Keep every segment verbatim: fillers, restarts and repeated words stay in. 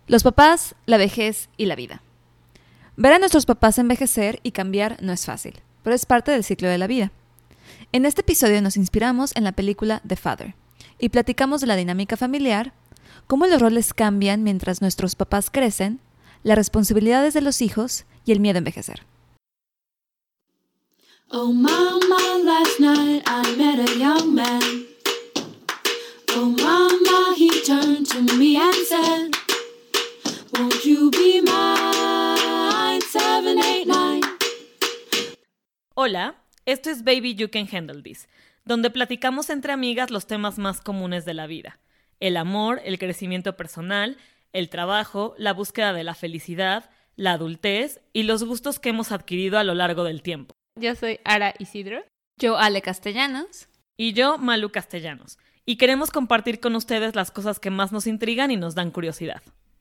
Los papás, la vejez y la vida. Ver a nuestros papás envejecer y cambiar no es fácil, pero es parte del ciclo de la vida. En este episodio nos inspiramos en la película The Father y platicamos de la dinámica familiar, cómo los roles cambian mientras nuestros papás crecen, las responsabilidades de los hijos y el miedo a envejecer. Oh mama, last night I met a young man. Oh mama, he turned to me and said, won't you be mine, seven, eight, nine. Hola, esto es Baby You Can Handle This, donde platicamos entre amigas los temas más comunes de la vida. El amor, el crecimiento personal, el trabajo, la búsqueda de la felicidad, la adultez y los gustos que hemos adquirido a lo largo del tiempo. Yo soy Ara Isidro. Yo, Ale Castellanos. Y yo, Malu Castellanos. Y queremos compartir con ustedes las cosas que más nos intrigan y nos dan curiosidad.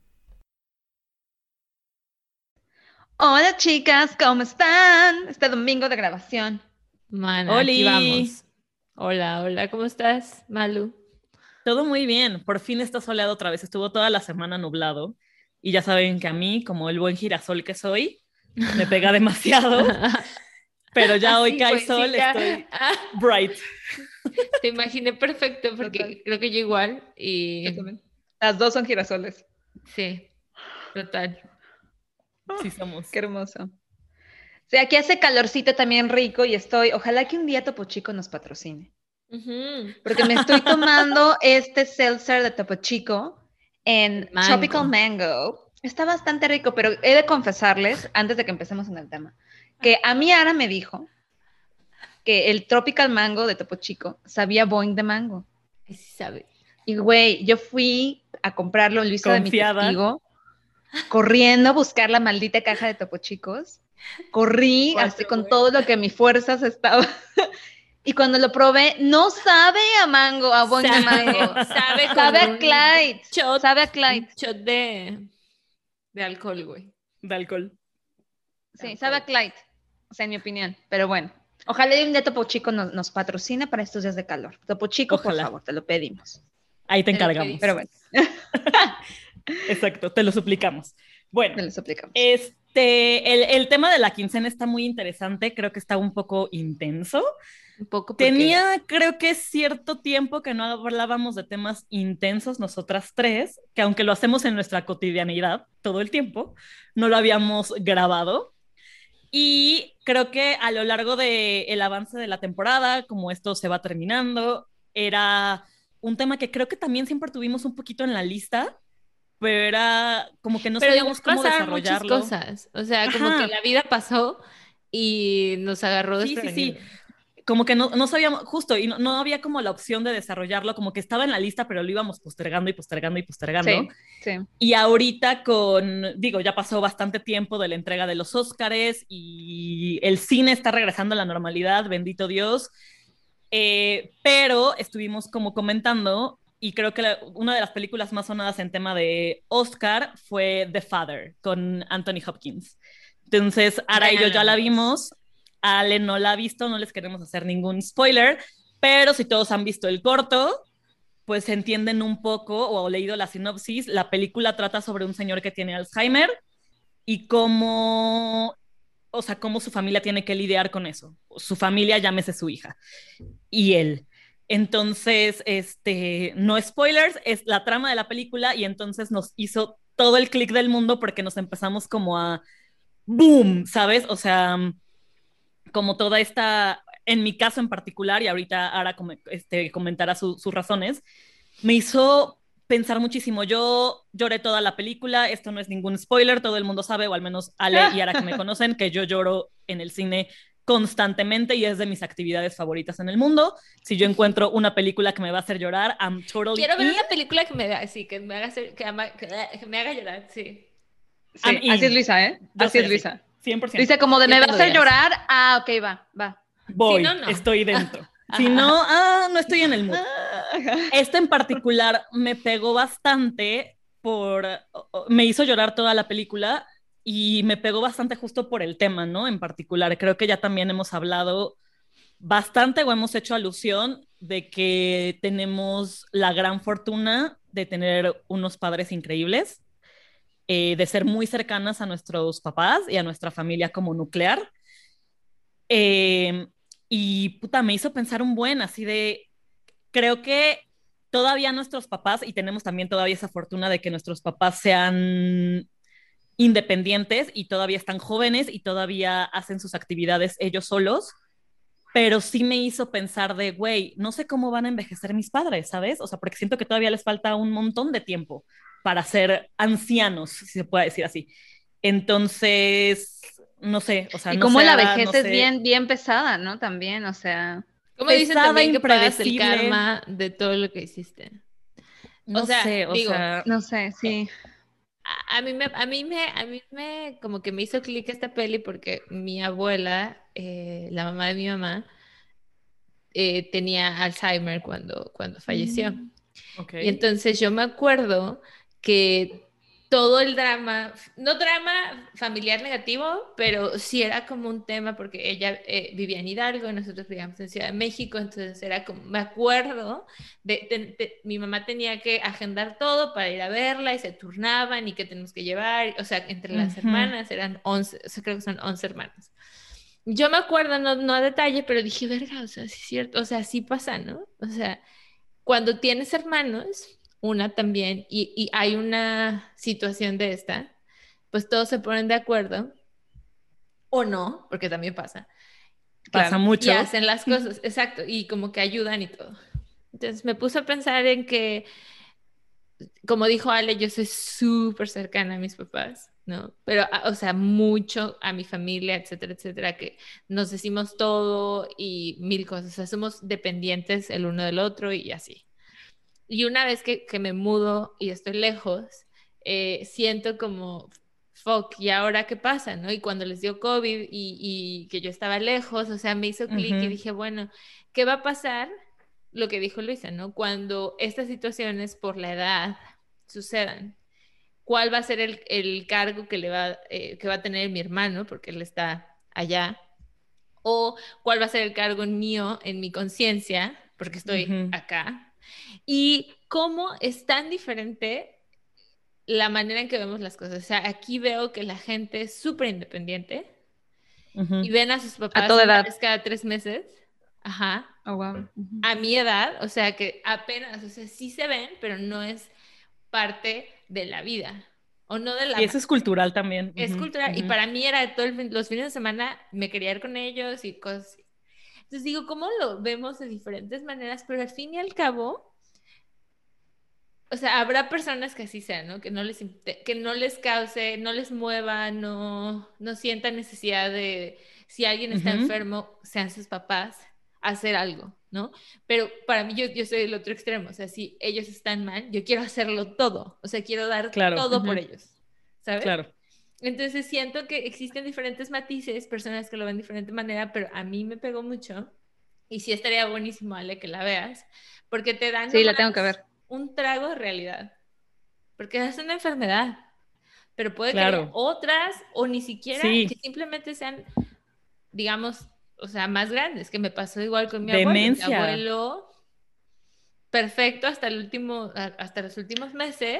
Hola chicas, ¿cómo están? Este domingo de grabación. Mana, aquí vamos. Hola, hola, ¿cómo estás, Malu? Todo muy bien, por fin está soleado otra vez. Estuvo toda la semana nublado. Y ya saben que a mí, como el buen girasol que soy, me pega demasiado. Pero ya hoy Así, que hay pues, sol, sí, ya. estoy Ah, bright. te imaginé perfecto porque Total. creo que yo igual y Yo también. Las dos son girasoles. sí, total. Sí somos. Qué hermoso. Sí, aquí hace calorcito también rico y estoy, ojalá que un día Topo Chico nos patrocine. Ujú. Porque me estoy tomando este seltzer de Topo Chico en Mango. Tropical Mango. Está bastante rico, pero he de confesarles, antes de que empecemos en el tema, que a mí Ara me dijo que el Tropical Mango de Topo Chico sabía boing de mango. Ay, sí sabe. Y güey, yo fui a comprarlo, Luisa de mi Confiada. testigo, corriendo a buscar la maldita caja de Topo Chicos. Corrí Cuatro, así con güey. todo lo que mis fuerzas estaba. Y cuando lo probé, no sabe a mango, a boing de mango. Sabe, con Sabe a un Clyde. shot, Sabe a Clyde. un shot de, de alcohol, güey. De alcohol. Sí, sabe a Clyde. O sea, en mi opinión. Pero bueno, ojalá un día Topo Chico nos, nos patrocine para estos días de calor. Topo Chico, Ojalá. por favor, te lo pedimos. Ahí te Te lo encargamos. pedí. Pero bueno, Exacto, te lo suplicamos. Bueno, te lo suplicamos. este, el, el tema de la quincena está muy interesante. Creo que está un poco intenso. Un poco porque Tenía, creo que cierto tiempo que no hablábamos de temas intensos nosotras tres, que aunque lo hacemos en nuestra cotidianidad todo el tiempo, no lo habíamos grabado. Y creo que a lo largo del avance de la temporada, como esto se va terminando, era un tema que creo que también siempre tuvimos un poquito en la lista, pero era como que no Pero sabíamos igual cómo pasaron muchas desarrollarlo. cosas. O sea, como Ajá. que la vida pasó y nos agarró Sí, sí, desprevenidos. sí. Como que no, no sabíamos, justo, y no, no había como la opción de desarrollarlo, como que estaba en la lista, pero lo íbamos postergando y postergando y postergando. Sí, sí. Y ahorita con, digo, ya pasó bastante tiempo de la entrega de los Óscares y el cine está regresando a la normalidad, bendito Dios. Eh, pero estuvimos como comentando, y creo que la, una de las películas más sonadas en tema de Oscar fue The Father, con Anthony Hopkins. Entonces, Ara y yo ya la vimos. Ale no la ha visto, no les queremos hacer ningún spoiler, pero si todos han visto el corto, pues entienden un poco o leído la sinopsis. La película trata sobre un señor que tiene Alzheimer y cómo, o sea, cómo su familia tiene que lidiar con eso. Su familia, llámese su hija, y él. Entonces, este, no spoilers, es la trama de la película y entonces nos hizo todo el clic del mundo porque nos empezamos como a boom, ¿sabes? O sea, como toda esta, en mi caso en particular, y ahorita Ara este, comentará su, sus razones, me hizo pensar muchísimo. Yo lloré toda la película, esto no es ningún spoiler, todo el mundo sabe, o al menos Ale y Ara que me conocen, que yo lloro en el cine constantemente y es de mis actividades favoritas en el mundo. Si yo encuentro una película que me va a hacer llorar, I'm totally Quiero ver in. una película que me haga, sí, que me haga, hacer- que, ama- que, que me haga llorar, sí. Sí, I'm in. así es Luisa, ¿eh? Yo Así soy es Luisa. cien por ciento. Dice como de Yo me va a tengo hacer días. llorar. Ah, ok, va, va. Voy, Si no, no. estoy dentro. Si no, ah, no estoy en el mood. Ajá. Este en particular me pegó bastante por, me hizo llorar toda la película y me pegó bastante justo por el tema, ¿no? En particular, creo que ya también hemos hablado bastante o hemos hecho alusión de que tenemos la gran fortuna de tener unos padres increíbles eh, de ser muy cercanas a nuestros papás y a nuestra familia como nuclear. Eh, y puta, me hizo pensar un buen, así de, creo que todavía nuestros papás, y tenemos también todavía esa fortuna de que nuestros papás sean independientes y todavía están jóvenes y todavía hacen sus actividades ellos solos, pero sí me hizo pensar de, güey, no sé cómo van a envejecer mis padres, ¿sabes? O sea, porque siento que todavía les falta un montón de tiempo para ser ancianos, si se puede decir así. Entonces, no sé, o sea, Y no como sé, la Ara, vejez no es sé, bien, bien pesada, ¿no? También, o sea, Como dicen pesada, también que pagas el impredecible, karma de todo lo que hiciste. O no sea, sé, o digo, sea, no sé, sí. a, a mí me, a mí me, a mí me, como que me hizo clic esta peli porque mi abuela, eh, la mamá de mi mamá, eh, tenía Alzheimer cuando, cuando falleció. ok. Y entonces yo me acuerdo que todo el drama, no drama familiar negativo, pero sí era como un tema porque ella eh, vivía en Hidalgo y nosotros vivíamos en Ciudad de México, entonces era como, me acuerdo, de, de, de, mi mamá tenía que agendar todo para ir a verla y se turnaban y qué tenemos que llevar, o sea, entre las Ujú. hermanas eran once, o sea, creo que son once hermanas. Yo me acuerdo, no, no a detalle, pero dije, verga, o sea, sí es cierto, o sea, sí pasa, ¿no? O sea, cuando tienes hermanos, una también, y, y hay una situación de esta, pues todos se ponen de acuerdo, o no, porque también pasa, Pasa Claro. y mucho. hacen las cosas, exacto, y como que ayudan y todo. Entonces me puse a pensar en que, como dijo Ale, yo soy súper cercana a mis papás, ¿no? Pero, a- o sea, mucho a mi familia, etcétera, etcétera, que nos decimos todo y mil cosas, o sea, somos dependientes el uno del otro y así. Y una vez que, que me mudo y estoy lejos, eh, siento como, fuck, ¿y ahora qué pasa? ¿No? Y cuando les dio COVID y, y que yo estaba lejos, o sea, me hizo clic y Ujú. dije, bueno, ¿qué va a pasar? Lo que dijo Luisa, ¿no? Cuando estas situaciones por la edad sucedan, ¿cuál va a ser el, el cargo que, le va, eh, que va a tener mi hermano? Porque él está allá. O cuál va a ser el cargo mío en mi conciencia, porque estoy Ujú. acá. Y cómo es tan diferente la manera en que vemos las cosas. O sea, aquí veo que la gente es súper independiente y Ujú. ven a sus A papás toda una edad. vez cada tres meses. Ajá. Oh, wow. Ujú. A mi edad, o sea, que apenas, o sea, sí se ven, pero no es parte de la vida. O no de la Y eso es manera. cultural también. Es Ujú, cultural. Y ujú. para mí era todo el fin- los fines de semana me quería ir con ellos y cosas así. Entonces digo, ¿cómo lo vemos de diferentes maneras? Pero al fin y al cabo, o sea, habrá personas que así sean, ¿no? Que no les, inte- que no les cause, no les mueva, no, no sientan necesidad de, si alguien está Ujú. enfermo, sean sus papás, hacer algo, ¿no? Pero para mí yo, yo soy el otro extremo, o sea, si ellos están mal, yo quiero hacerlo todo, o sea, quiero dar Claro, todo por Ujú. ellos, ¿sabes? claro. Entonces siento que existen diferentes matices, personas que lo ven de diferente manera, pero a mí me pegó mucho y sí estaría buenísimo, Ale, que la veas, porque te dan Sí, la nomás tengo que ver. un trago de realidad, porque es una enfermedad, pero puede que haya Claro. otras o ni siquiera que Sí. simplemente sean, digamos, o sea, más grandes, que me pasó igual con mi abuelo. Mi Demencia. abuelo, perfecto hasta el último, hasta los últimos meses,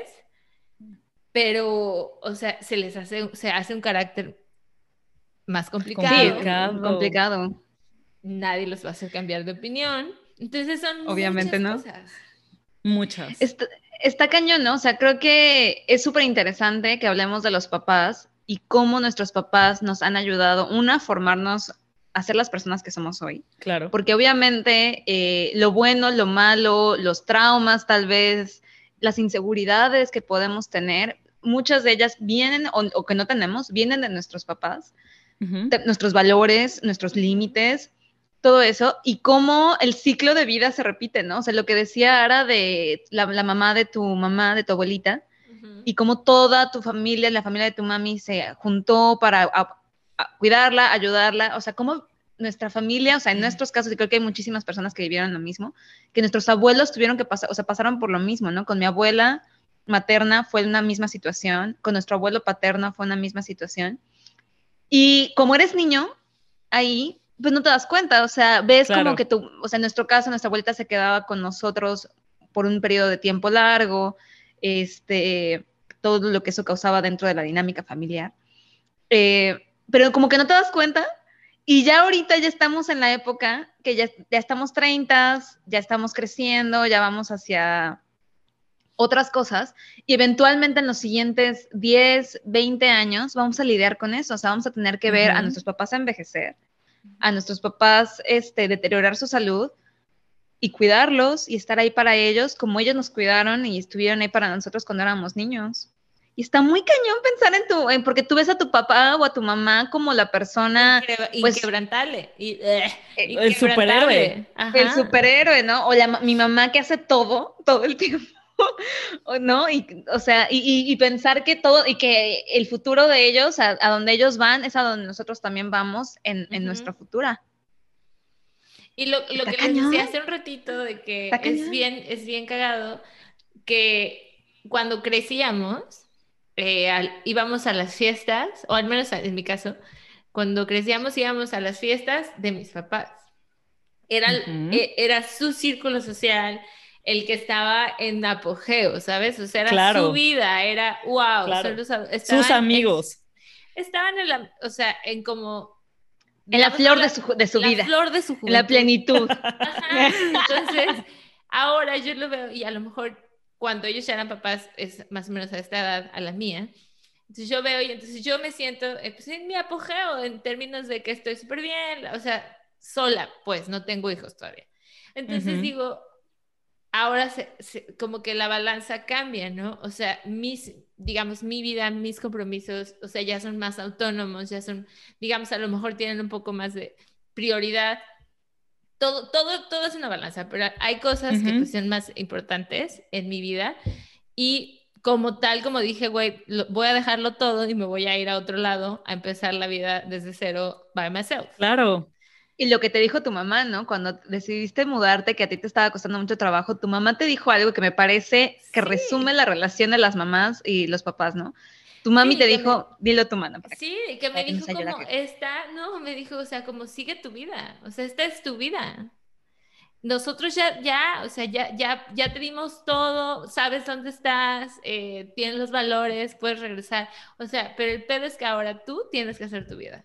pero, o sea, se les hace, se hace un carácter más Sí, complicado, mm, Complicado. complicado, nadie los va a hacer cambiar de opinión. Entonces son obviamente, muchas ¿no? cosas. Muchas. Está, está cañón, ¿no? O sea, creo que es súper interesante que hablemos de los papás y cómo nuestros papás nos han ayudado, una, a formarnos a ser las personas que somos hoy. Claro. Porque obviamente eh, lo bueno, lo malo, los traumas tal vez, las inseguridades que podemos tener, muchas de ellas vienen o, o que no tenemos, vienen de nuestros papás, Ujú. de nuestros valores, nuestros límites, todo eso, y cómo el ciclo de vida se repite, ¿no? O sea, lo que decía Ara de la, la mamá de tu mamá, de tu abuelita, Ujú. y cómo toda tu familia, la familia de tu mami se juntó para a, a cuidarla, ayudarla, o sea, cómo nuestra familia, o sea, en nuestros casos, y creo que hay muchísimas personas que vivieron lo mismo, que nuestros abuelos tuvieron que pasar, o sea, pasaron por lo mismo, ¿no? Con mi abuela materna fue una misma situación, con nuestro abuelo paterno fue una misma situación, y como eres niño, ahí, pues no te das cuenta, o sea, ves como Claro. que tú, o sea, en nuestro caso, nuestra abuelita se quedaba con nosotros por un periodo de tiempo largo, este, todo lo que eso causaba dentro de la dinámica familiar. Eh, pero como que no te das cuenta, y ya ahorita ya estamos en la época que ya, ya estamos treinta, ya estamos creciendo, ya vamos hacia otras cosas, y eventualmente en los siguientes diez, veinte años vamos a lidiar con eso, o sea, vamos a tener que ver uh-huh. a nuestros papás envejecer, a nuestros papás este, deteriorar su salud, y cuidarlos, y estar ahí para ellos, como ellos nos cuidaron y estuvieron ahí para nosotros cuando éramos niños. Y está muy cañón pensar en tu, en, porque tú ves a tu papá o a tu mamá como la persona... Inque- pues, inquebrantable. Y, uh, el superhéroe. Ajá. El superhéroe, ¿no? O la, mi mamá que hace todo, todo el tiempo, ¿no? Y, o sea, y, y, y pensar que todo, y que el futuro de ellos, a, a donde ellos van, es a donde nosotros también vamos en, uh-huh. en nuestra futura. Y lo, lo que cañón. les decía hace un ratito de que es bien, es bien cagado que cuando crecíamos, eh, al, íbamos a las fiestas, o al menos en mi caso, cuando crecíamos íbamos a las fiestas de mis papás. Era, uh-huh. eh, era su círculo social el que estaba en apogeo, ¿sabes? O sea, era claro. su vida, era wow. Claro. Son los, sus amigos. En, estaban en la, o sea, en como... En la flor de su, de su la vida. La flor de su juventud. En la plenitud. Ajá. Entonces, ahora yo lo veo, y a lo mejor cuando ellos ya eran papás, es más o menos a esta edad, a la mía. Entonces yo veo, y entonces yo me siento eh, pues, en mi apogeo, en términos de que estoy súper bien, o sea, sola, pues, no tengo hijos todavía. Entonces uh-huh. digo, ahora se, se, como que la balanza cambia, ¿no? O sea, mis... digamos, mi vida, mis compromisos, o sea, ya son más autónomos, ya son, digamos, a lo mejor tienen un poco más de prioridad. Todo, todo, todo es una balanza, pero hay cosas uh-huh. que pues, son más importantes en mi vida, y como tal, como dije, güey, lo, voy a dejarlo todo y me voy a ir a otro lado a empezar la vida desde cero by myself. Claro. Y lo que te dijo tu mamá, ¿no? Cuando decidiste mudarte, que a ti te estaba costando mucho trabajo, tu mamá te dijo algo que me parece que sí. resume la relación de las mamás y los papás, ¿no? Tu mami sí, te dijo, me... dilo tu mano. Sí, que me dijo como, esta, no, me dijo, o sea, como sigue tu vida, o sea, esta es tu vida. Nosotros ya, ya, o sea, ya, ya, ya te dimos todo, sabes dónde estás, eh, tienes los valores, puedes regresar, o sea, pero el pedo es que ahora tú tienes que hacer tu vida.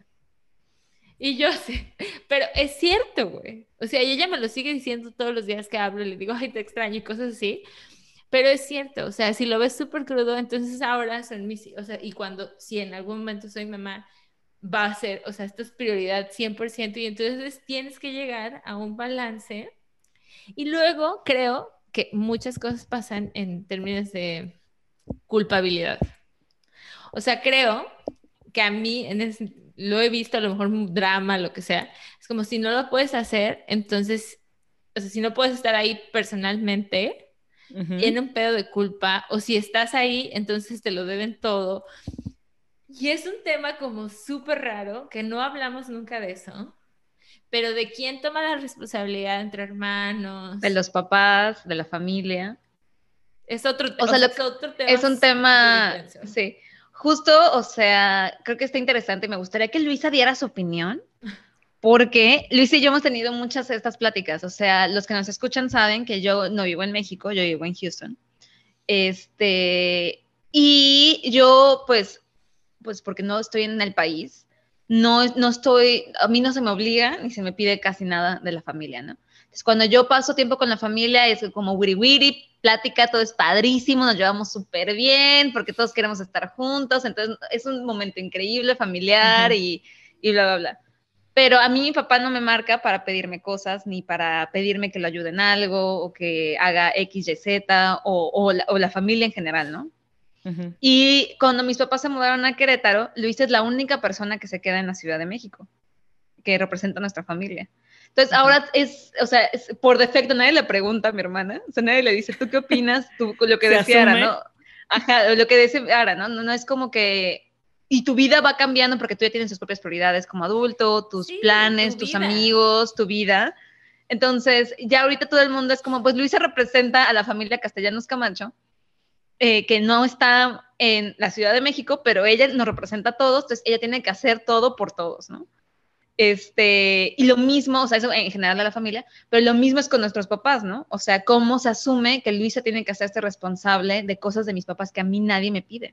Y yo sí, pero es cierto, güey. O sea, y ella me lo sigue diciendo todos los días que hablo, le digo, ay, te extraño y cosas así. Pero es cierto, o sea, si lo ves súper crudo, entonces ahora son mis, o sea, y cuando, si en algún momento soy mamá, va a ser, o sea, esto es prioridad cien por ciento, y entonces tienes que llegar a un balance. Y luego creo que muchas cosas pasan en términos de culpabilidad. O sea, creo que a mí, en ese, lo he visto, a lo mejor un drama, lo que sea, es como si no lo puedes hacer, entonces, o sea, si no puedes estar ahí personalmente, uh-huh. tiene un pedo de culpa, o si estás ahí, entonces te lo deben todo. Y es un tema como súper raro, que no hablamos nunca de eso, pero de quién toma la responsabilidad entre hermanos. De los papás, de la familia. Es otro, o sea, o sea, lo, es otro tema. Es un tema, sí. Justo, o sea, creo que está interesante y me gustaría que Luisa diera su opinión, porque Luisa y yo hemos tenido muchas de estas pláticas. O sea, los que nos escuchan saben que yo no vivo en México, yo vivo en Houston. Este, y yo, pues, pues porque no estoy en el país, no, no estoy, a mí no se me obliga ni se me pide casi nada de la familia, ¿no? Entonces, cuando yo paso tiempo con la familia, es como wiri wiri, plática, todo es padrísimo, nos llevamos súper bien, porque todos queremos estar juntos, entonces es un momento increíble, familiar, uh-huh. y, y bla, bla, bla. Pero a mí mi papá no me marca para pedirme cosas, ni para pedirme que lo ayude en algo, o que haga X, Y, Z, o, o, la, o la familia en general, ¿no? Uh-huh. Y cuando mis papás se mudaron a Querétaro, Luis es la única persona que se queda en la Ciudad de México, que representa a nuestra familia. Entonces, uh-huh. ahora es, o sea, es, por defecto nadie le pregunta a mi hermana, o sea, nadie le dice, ¿tú qué opinas? Tú, lo que decía Ara, ¿no? Ajá, lo que decía Ara, ¿no? ¿no? No es como que, y tu vida va cambiando porque tú ya tienes tus propias prioridades como adulto, tus sí, planes, tu tus vida. amigos, tu vida. Entonces, ya ahorita todo el mundo es como, pues Luisa representa a la familia Castellanos Camacho, eh, que no está en la Ciudad de México, pero ella nos representa a todos, entonces ella tiene que hacer todo por todos, ¿no? Este, y lo mismo, o sea, eso en general de la familia, pero lo mismo es con nuestros papás, ¿no? O sea, cómo se asume que Luisa tiene que hacerse responsable de cosas de mis papás que a mí nadie me pide.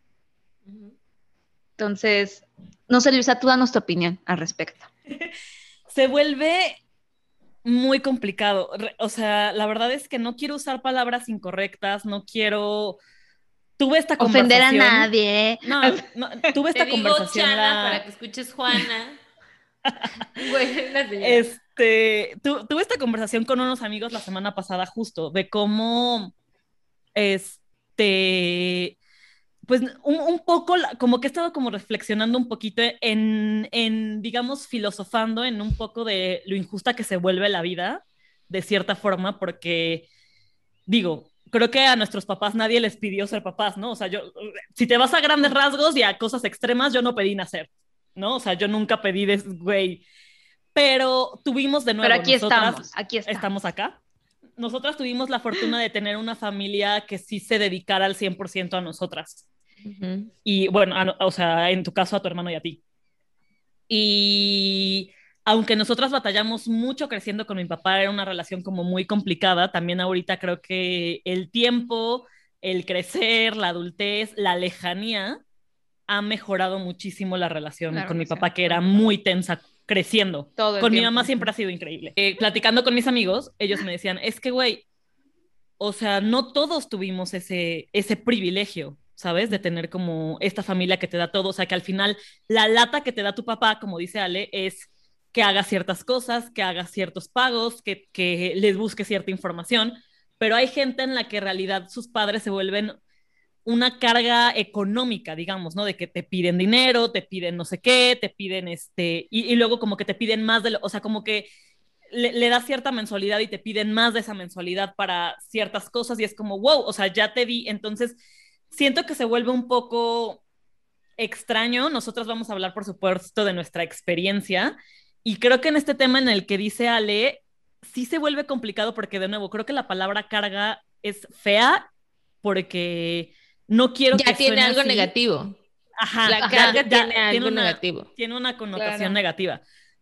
Entonces, no sé, Luisa, tú danos tu opinión al respecto. Se vuelve muy complicado. O sea, la verdad es que no quiero usar palabras incorrectas, no quiero... Tuve esta Ofender conversación... a nadie. No, no, tuve esta Te digo conversación... Chana la... para que escuches Juana. Buena señora. Este, tu, tuve esta conversación con unos amigos la semana pasada justo, de cómo, este, pues un, un poco, la, como que he estado como reflexionando un poquito en, en, digamos, filosofando en un poco de lo injusta que se vuelve la vida, de cierta forma, porque, digo, creo que a nuestros papás nadie les pidió ser papás, ¿no? O sea, yo, si te vas a grandes rasgos y a cosas extremas, yo no pedí nacer, ¿no? O sea, yo nunca pedí, de, güey, pero tuvimos de nuevo, Pero aquí nosotras estamos, aquí estamos. estamos acá. Nosotras tuvimos la fortuna de tener una familia que sí se dedicara al cien por ciento a nosotras. Uh-huh. Y bueno, a, o sea, en tu caso a tu hermano y a ti. Y aunque nosotras batallamos mucho creciendo con mi papá, era una relación como muy complicada, también ahorita creo que el tiempo, el crecer, la adultez, la lejanía, ha mejorado muchísimo la relación La con relación. mi papá, que era muy tensa creciendo. Todo el con tiempo. Mi mamá siempre ha sido increíble. Eh, platicando con mis amigos, ellos me decían, es que, güey, o sea, no todos tuvimos ese, ese privilegio, ¿sabes? De tener como esta familia que te da todo. O sea, que al final la lata que te da tu papá, como dice Ale, es que hagas ciertas cosas, que hagas ciertos pagos, que, que les busque cierta información. Pero hay gente en la que en realidad sus padres se vuelven una carga económica, digamos, ¿no? De que te piden dinero, te piden no sé qué, te piden este, y, y luego como que te piden más de lo, o sea, como que le, le das cierta mensualidad y te piden más de esa mensualidad para ciertas cosas y es como, wow, o sea, ya te di, entonces siento que se vuelve un poco extraño. Nosotros vamos a hablar, por supuesto, de nuestra experiencia y creo que en este tema en el que dice Ale, sí se vuelve complicado porque, de nuevo, creo que la palabra carga es fea porque no quiero ya que tiene algo así. Negativo. Ajá, la ya, carga ya, tiene ya, algo tiene una, negativo. Tiene una connotación Claro. negativa.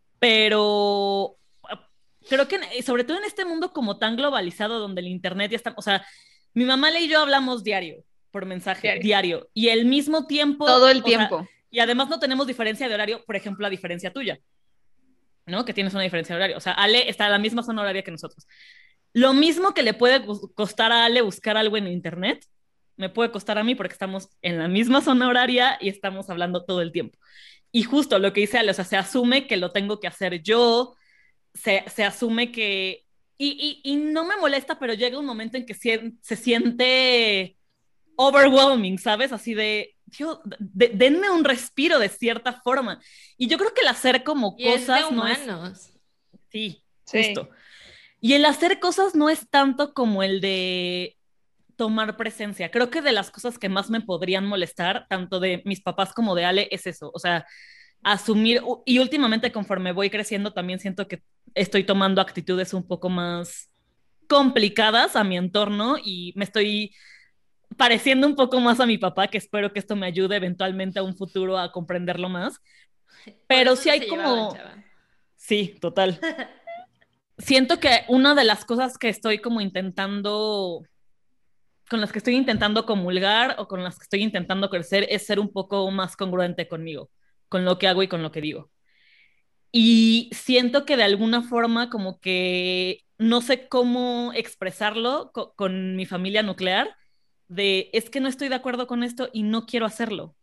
Pero creo que, sobre todo en este mundo como tan globalizado, donde el internet ya está, o sea, mi mamá y yo hablamos diario, por mensaje, diario. diario y el mismo tiempo. Todo el tiempo. Sea, y además no tenemos diferencia de horario, por ejemplo, a diferencia tuya, ¿no? Que tienes una diferencia de horario. O sea, Ale está en la misma zona horaria que nosotros. Lo mismo que le puede costar a Ale buscar algo en internet, me puede costar a mí porque estamos en la misma zona horaria y estamos hablando todo el tiempo. Y justo lo que dice Ale, o sea, se asume que lo tengo que hacer yo, se, se asume que... Y, y, y no me molesta, pero llega un momento en que se, se siente overwhelming, ¿sabes? Así de, tío, de, denme un respiro de cierta forma. Y yo creo que el hacer como y cosas es de humanos. no es... Sí, sí, justo. Y el hacer cosas no es tanto como el de tomar presencia. Creo que de las cosas que más me podrían molestar, tanto de mis papás como de Ale, es eso. O sea, asumir, y últimamente conforme voy creciendo también siento que estoy tomando actitudes un poco más complicadas a mi entorno y me estoy pareciendo un poco más a mi papá, que espero que esto me ayude eventualmente a un futuro a comprenderlo más. Pero sí hay como... Sí, total. Siento que una de las cosas que estoy como intentando, con las que estoy intentando comulgar o con las que estoy intentando crecer es ser un poco más congruente conmigo, con lo que hago y con lo que digo. Y siento que de alguna forma como que no sé cómo expresarlo co- con mi familia nuclear, de es que no estoy de acuerdo con esto y no quiero hacerlo.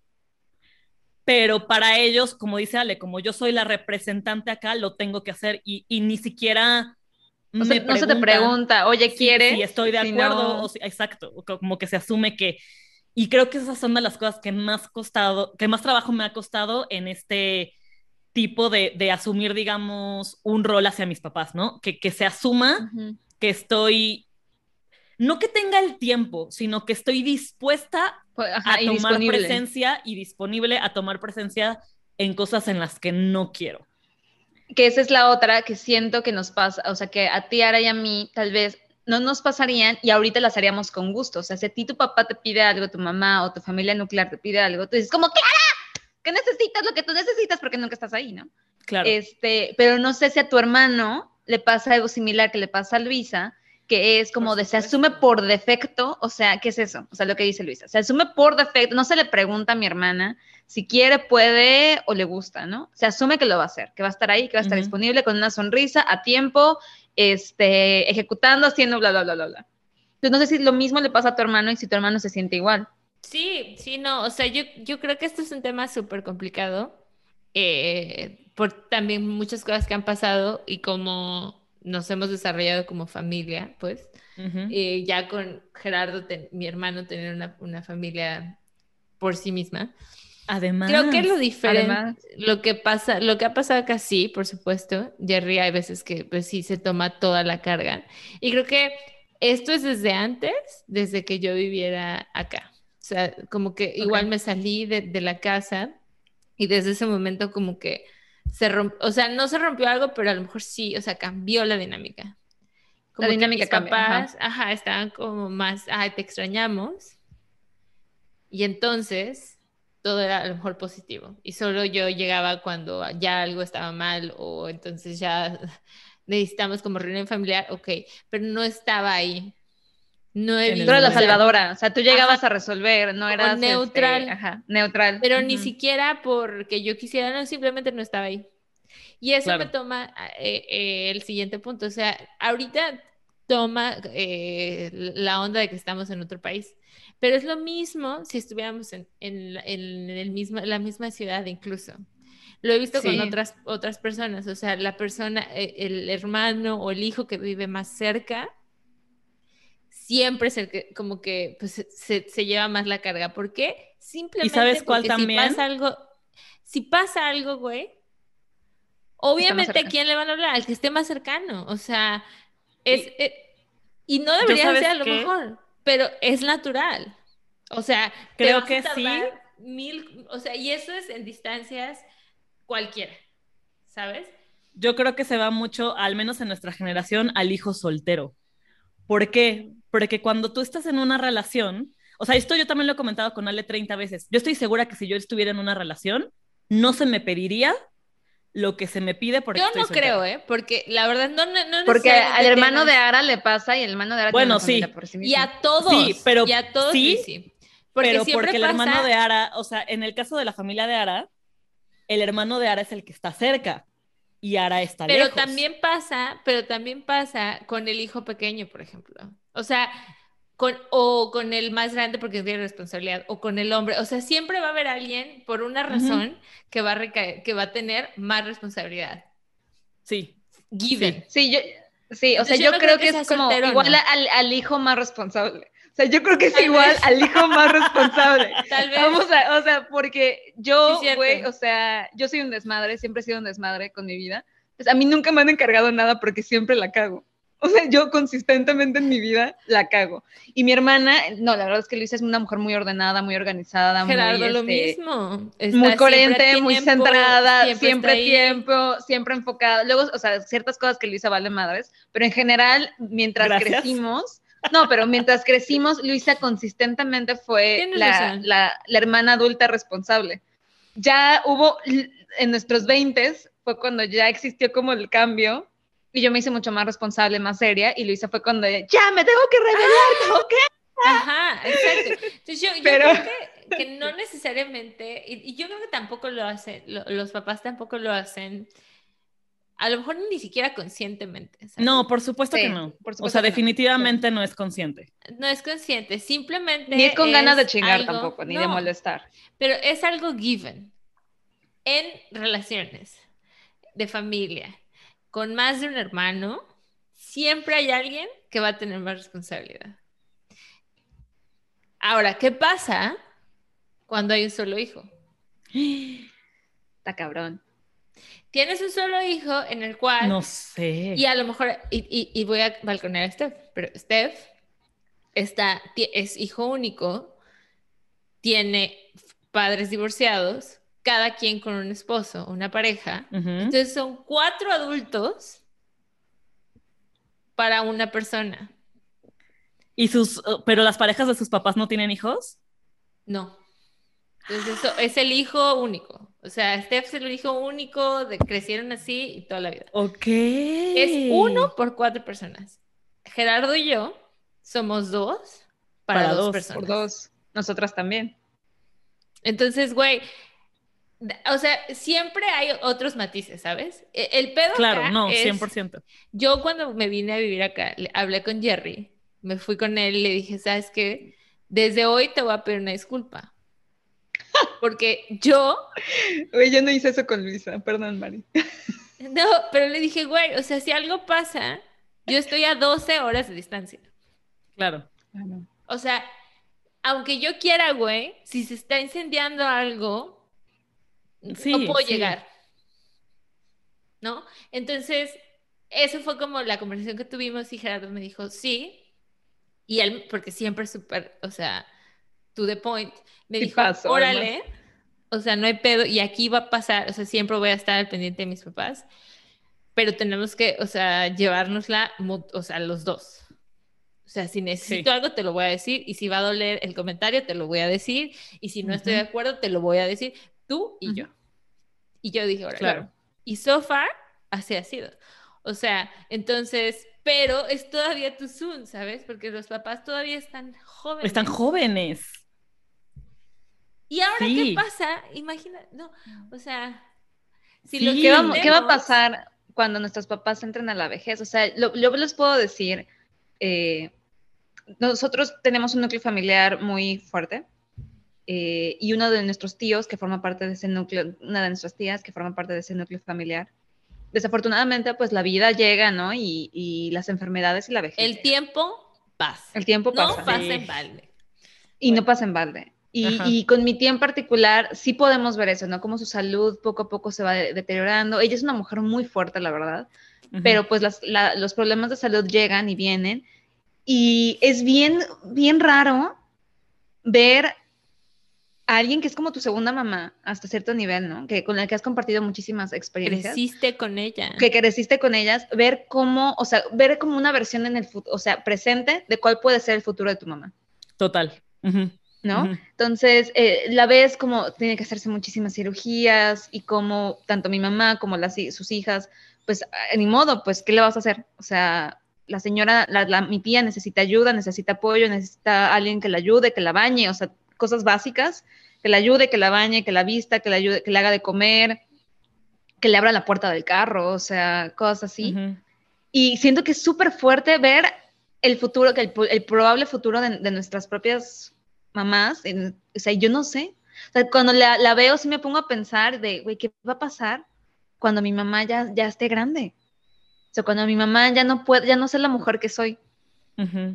Pero para ellos, como dice Ale, como yo soy la representante acá, lo tengo que hacer y, y ni siquiera no, me se, no se te pregunta, oye, si, ¿quieres? Si estoy de si acuerdo, no... o si, exacto, como que se asume que... Y creo que esas son de las cosas que más costado, que más trabajo me ha costado en este tipo de, de asumir, digamos, un rol hacia mis papás, ¿no? Que, que se asuma uh-huh. que estoy... No que tenga el tiempo, sino que estoy dispuesta pues, ajá, a tomar disponible. presencia y disponible a tomar presencia en cosas en las que no quiero. Que esa es la otra que siento que nos pasa, o sea, que a ti, Ara, y a mí tal vez no nos pasarían y ahorita las haríamos con gusto. O sea, si a ti tu papá te pide algo, tu mamá o tu familia nuclear te pide algo, tú dices como, ¡Clara! ¿Qué necesitas? Lo que tú necesitas porque nunca estás ahí, ¿no? Claro. Este, pero no sé si a tu hermano le pasa algo similar que le pasa a Luisa, que es como Por de se supuesto. asume por defecto, o sea, ¿qué es eso? O sea, lo que dice Luisa, se asume por defecto, no se le pregunta a mi hermana si quiere, puede o le gusta, ¿no? Se asume que lo va a hacer, que va a estar ahí, que va a estar Ujú. disponible con una sonrisa a tiempo, este, ejecutando, haciendo bla, bla, bla, bla, bla. Entonces, no sé si lo mismo le pasa a tu hermano y si tu hermano se siente igual. Sí, sí, no, o sea, yo, yo creo que esto es un tema súper complicado, eh, por también muchas cosas que han pasado y cómo nos hemos desarrollado como familia, pues, Ujú. eh, ya con Gerardo, ten- mi hermano, tener una, una familia por sí misma. Creo que lo Además, diferente, Además, lo que pasa, lo que ha pasado acá sí, por supuesto, Jerry hay veces que pues sí se toma toda la carga. Y creo que esto es desde antes, desde que yo viviera acá. O sea, como que igual ok. me salí de, de la casa y desde ese momento como que se rompió, o sea, no se rompió algo, pero a lo mejor sí, o sea, cambió la dinámica. La Como que dinámica mis cambia, ajá. papás, ajá, estaban como más, ay, te extrañamos. Y entonces todo era a lo mejor positivo. Y solo yo llegaba cuando ya algo estaba mal o entonces ya necesitamos como reunión familiar, ok, pero no estaba ahí. No he en Tú el eras la visto, o sea, momento. salvadora, o sea, tú ajá, llegabas a resolver, no como eras, este, neutral, ajá, neutral. pero ni Ujú. siquiera porque yo quisiera, no, simplemente no estaba ahí. Y eso me Claro. toma eh, eh, el siguiente punto. O sea, ahorita toma eh, la onda de que estamos en otro país. Pero es lo mismo si estuviéramos en, en, la- en el mismo, la misma ciudad incluso. Lo he visto con Sí, otras, otras personas. O sea, la persona, eh, el hermano o el hijo que vive más cerca, siempre es el que como que pues, se, se se lleva más la carga. ¿Por qué? ¿Y Simplemente sabes cuál porque si también? pasa algo, si pasa algo, güey, está más obviamente, ¿a cerca. quién le van a hablar? Al que esté más cercano. O sea, es, Y eh, y no yo debería de ser sabes a lo qué, mejor, pero es natural. O sea, te creo vas a que sí, tardar mil, o sea, y eso es en distancias cualquiera, ¿sabes? yo creo que se va mucho, al menos en nuestra generación, al hijo soltero. ¿Por qué? Porque cuando tú estás en una relación, o sea, esto yo también lo he comentado con Ale treinta veces, yo estoy segura que si yo estuviera en una relación, no se me pediría lo que se me pide porque Yo estoy no creo, soltera. ¿eh? Porque la verdad no, no no Porque al necesariamente hermano de tengas, Ara le pasa y el hermano de Ara tiene una Bueno, familia sí, por sí y mismo. a sí, todos, y pero a todos, sí, Luisi. Porque pero siempre porque el pasa, hermano de Ara, o sea, en el caso de la familia de Ara, el hermano de Ara es el que está cerca y Ara está pero lejos. también pasa, pero también pasa con el hijo pequeño, por ejemplo. O sea, con, o con el más grande porque tiene responsabilidad, o con el hombre. O sea, siempre va a haber alguien, por una Ujú. razón, que va a recaer- que va a tener más responsabilidad. Sí, Given. sí. Sí, yo, sí, o sea, Entonces yo yo no creo creo que que es sea como soltero o igual no. al, al hijo más responsable. O sea, yo creo que es Tal igual vez, al hijo más responsable. tal vez, Vamos a, o sea, porque sí, yo, güey, cierto. o sea, yo soy un desmadre, siempre he sido un desmadre con mi vida. Pues a mí nunca me han encargado nada porque siempre la cago. O sea, yo consistentemente en mi vida la cago. Y mi hermana, no, la verdad es que Luisa es una mujer muy ordenada, muy organizada, muy, Gerardo, lo este, mismo. muy Está siempre a coherente, muy tiempo, centrada, siempre está siempre ahí. tiempo, siempre enfocada. Luego, o sea, ciertas cosas que Luisa vale madres, pero en general, mientras Gracias. crecimos, no, pero mientras crecimos, Luisa consistentemente fue Tienes la, razón. la, la hermana adulta responsable. Ya hubo, en nuestros veintes, fue cuando ya existió como el cambio, y yo me hice mucho más responsable, más seria, y Luisa fue cuando ya me tengo que revelar, tengo que... Ajá, exacto. Entonces yo, yo Pero creo que, que no necesariamente, y, y yo creo que tampoco lo hacen, lo- los papás tampoco lo hacen, a lo mejor ni siquiera conscientemente, ¿sabes? No, por supuesto que sí, no. por O sea, supuesto que no. Cero. definitivamente no es consciente. No es consciente, Ni es con simplemente ganas de es chingar algo, tampoco, ni de no, molestar. pero es algo given en relaciones de familia, con más de un hermano, siempre hay alguien que va a tener más responsabilidad. Ahora, ¿qué pasa cuando hay un solo hijo? Está cabrón. Tienes un solo hijo en el cual, No y sé. a lo mejor, y, y- y voy a balconear a Steph, pero Steph está, ti- es hijo único, tiene padres divorciados, cada quien con un esposo, una pareja. Ujú. Entonces son cuatro adultos para una persona. ¿Y sus, uh, pero las parejas de sus papás no tienen hijos? No. Entonces eso es el hijo único. O sea, Steph es el hijo único, de, crecieron así y toda la vida. Ok. Es uno por cuatro personas. Gerardo y yo somos dos para, Para dos, dos. personas. Por dos. Nosotras también. Entonces, güey, d- o sea, siempre hay otros matices, ¿sabes? E- El pedo Claro, acá no, es, cien por ciento. yo cuando me vine a vivir acá, le- hablé con Jerry, me fui con él y le dije, ¿sabes qué? Desde hoy te voy a pedir una disculpa. Porque yo, Oye, yo no hice eso con Luisa, perdón, Mari. no, pero le dije, güey, o sea, si algo pasa, yo estoy a doce horas de distancia. Claro. Claro. O sea, aunque yo quiera, güey, si se está incendiando algo, no Sí, puedo sí. llegar, ¿no? Entonces, eso fue como la conversación que tuvimos y Gerardo me dijo, sí, y él, porque siempre es súper, o sea, to the point, me Sí dijo, pasó, órale, o sea, no hay pedo, y aquí va a pasar, o sea, siempre voy a estar al pendiente de mis papás, pero tenemos que, o sea, llevárnosla, mu- o sea, los dos. O sea, si necesito Sí. algo, te lo voy a decir, y si va a doler el comentario, te lo voy a decir, y si no estoy de Ujú. acuerdo, te lo voy a decir, tú y Ujú. yo. Y yo dije, órale. Claro. Y so far, así ha sido. O sea, entonces, pero es todavía too soon, ¿sabes? Porque los papás todavía están jóvenes. Están jóvenes. ¿Y ahora qué Sí. pasa? Imagina, no, o sea, si Sí. los ¿Qué va, qué va a entendemos- pasar cuando nuestros papás entren a la vejez? O sea, lo- yo les puedo decir, eh, nosotros tenemos un núcleo familiar muy fuerte eh, y uno de nuestros tíos que forma parte de ese núcleo, una de nuestras tías que forma parte de ese núcleo familiar, desafortunadamente pues la vida llega, ¿no? Y, y las enfermedades y la vejez. el tiempo pasa. El tiempo No pasa. pasa Sí. en balde. Y Bueno. no pasa en balde. Y, Ajá. y con mi tía en particular, sí podemos ver eso, ¿no? Como su salud poco a poco se va de- deteriorando. Ella es una mujer muy fuerte, la verdad, Ujú. pero pues las- la- los problemas de salud llegan y vienen. Y es bien, bien raro ver a alguien que es como tu segunda mamá hasta cierto nivel, ¿no? Que con la que has compartido muchísimas experiencias. Creciste con ella. Que creciste con ellas, ver cómo, o sea, ver como una versión en el futuro, o sea, presente de cuál puede ser el futuro de tu mamá. Total. Ujú. ¿no? Ujú. Entonces, eh, la ves como tiene que hacerse muchísimas cirugías y como tanto mi mamá como las, sus hijas, pues eh, ni modo, pues, ¿qué le vas a hacer? O sea, la señora, la, la, mi tía necesita ayuda, necesita apoyo, necesita alguien que la ayude, que la bañe, o sea, cosas básicas, que la ayude, que la bañe, que la vista, que la ayude, que le haga de comer, que le abra la puerta del carro, o sea, cosas así. Ujú. Y siento que es súper fuerte ver el futuro, que el, el probable futuro de, de nuestras propias mamás, en, o sea, yo no sé. O sea, cuando la, la veo, sí me pongo a pensar de, güey, ¿qué va a pasar cuando mi mamá ya, ya esté grande? O sea, cuando mi mamá ya no puede, ya no sea la mujer que soy. Ujú.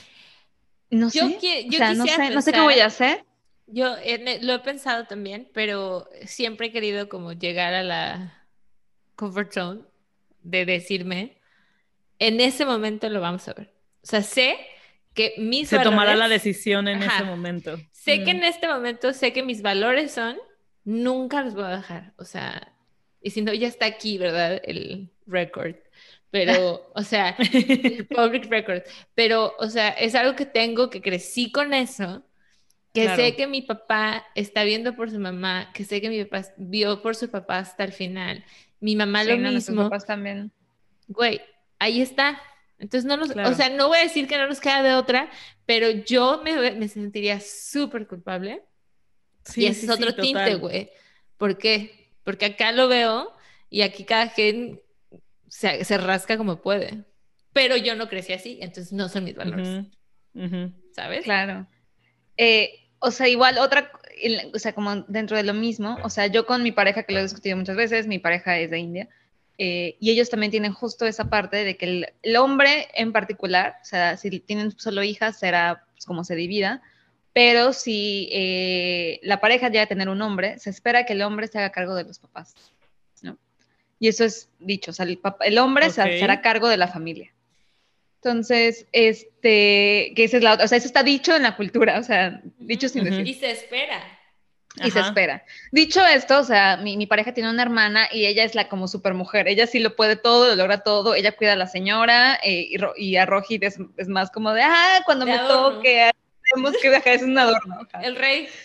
No Yo, sé. qui- O yo sea, no quisiera sé, no sé qué voy a hacer. Yo eh, lo he pensado también, pero siempre he querido como llegar a la comfort zone de decirme, en ese momento lo vamos a ver. O sea, sé que mis Se tomará valores- la decisión en Ajá. ese momento. Sé que Mm. en este momento, sé que mis valores son, nunca los voy a dejar. O sea, y si no, ya está aquí, ¿verdad? El record. Pero, o sea, el public record. Pero, o sea, es algo que tengo, que crecí con eso, que Claro. sé que mi papá está viendo por su mamá, que sé que mi papá vio por su papá hasta el final. Mi mamá Sí, lo no, nuestros mismo. papás también. Güey, ahí está. Entonces no nos, Claro. o sea, no voy a decir que no nos queda de otra, pero yo me, me sentiría súper culpable. Sí, y ese sí, es otro sí, tinte, total. güey. ¿Por qué? Porque acá lo veo y aquí cada quien se, se rasca como puede. Pero yo no crecí así, entonces no son mis valores, Ujú. Ujú. ¿sabes? Claro. Eh, o sea, igual otra, o sea, como dentro de lo mismo, o sea, yo con mi pareja, que lo he discutido muchas veces, mi pareja es de India, eh, y ellos también tienen justo esa parte de que el, el hombre en particular, o sea, si tienen solo hijas, será pues, como se divida, pero si eh, la pareja llega a tener un hombre, se espera que el hombre se haga cargo de los papás, ¿no? Y eso es dicho, o sea, el, papá, el hombre se, Ok. se hará cargo de la familia. Entonces, este, que esa es la otra, o sea, eso está dicho en la cultura, o sea, dicho sin Ujú. decir. Y se espera. Y se Ajá. espera. Dicho esto, o sea, mi, mi pareja tiene una hermana y ella es la como super mujer. Ella sí lo puede todo, lo logra todo. Ella cuida a la señora eh, y, Ro- y a Roji es, es más como de, ah, cuando De me adorno. toque, tenemos que dejar, es un adorno. Ajá. El rey.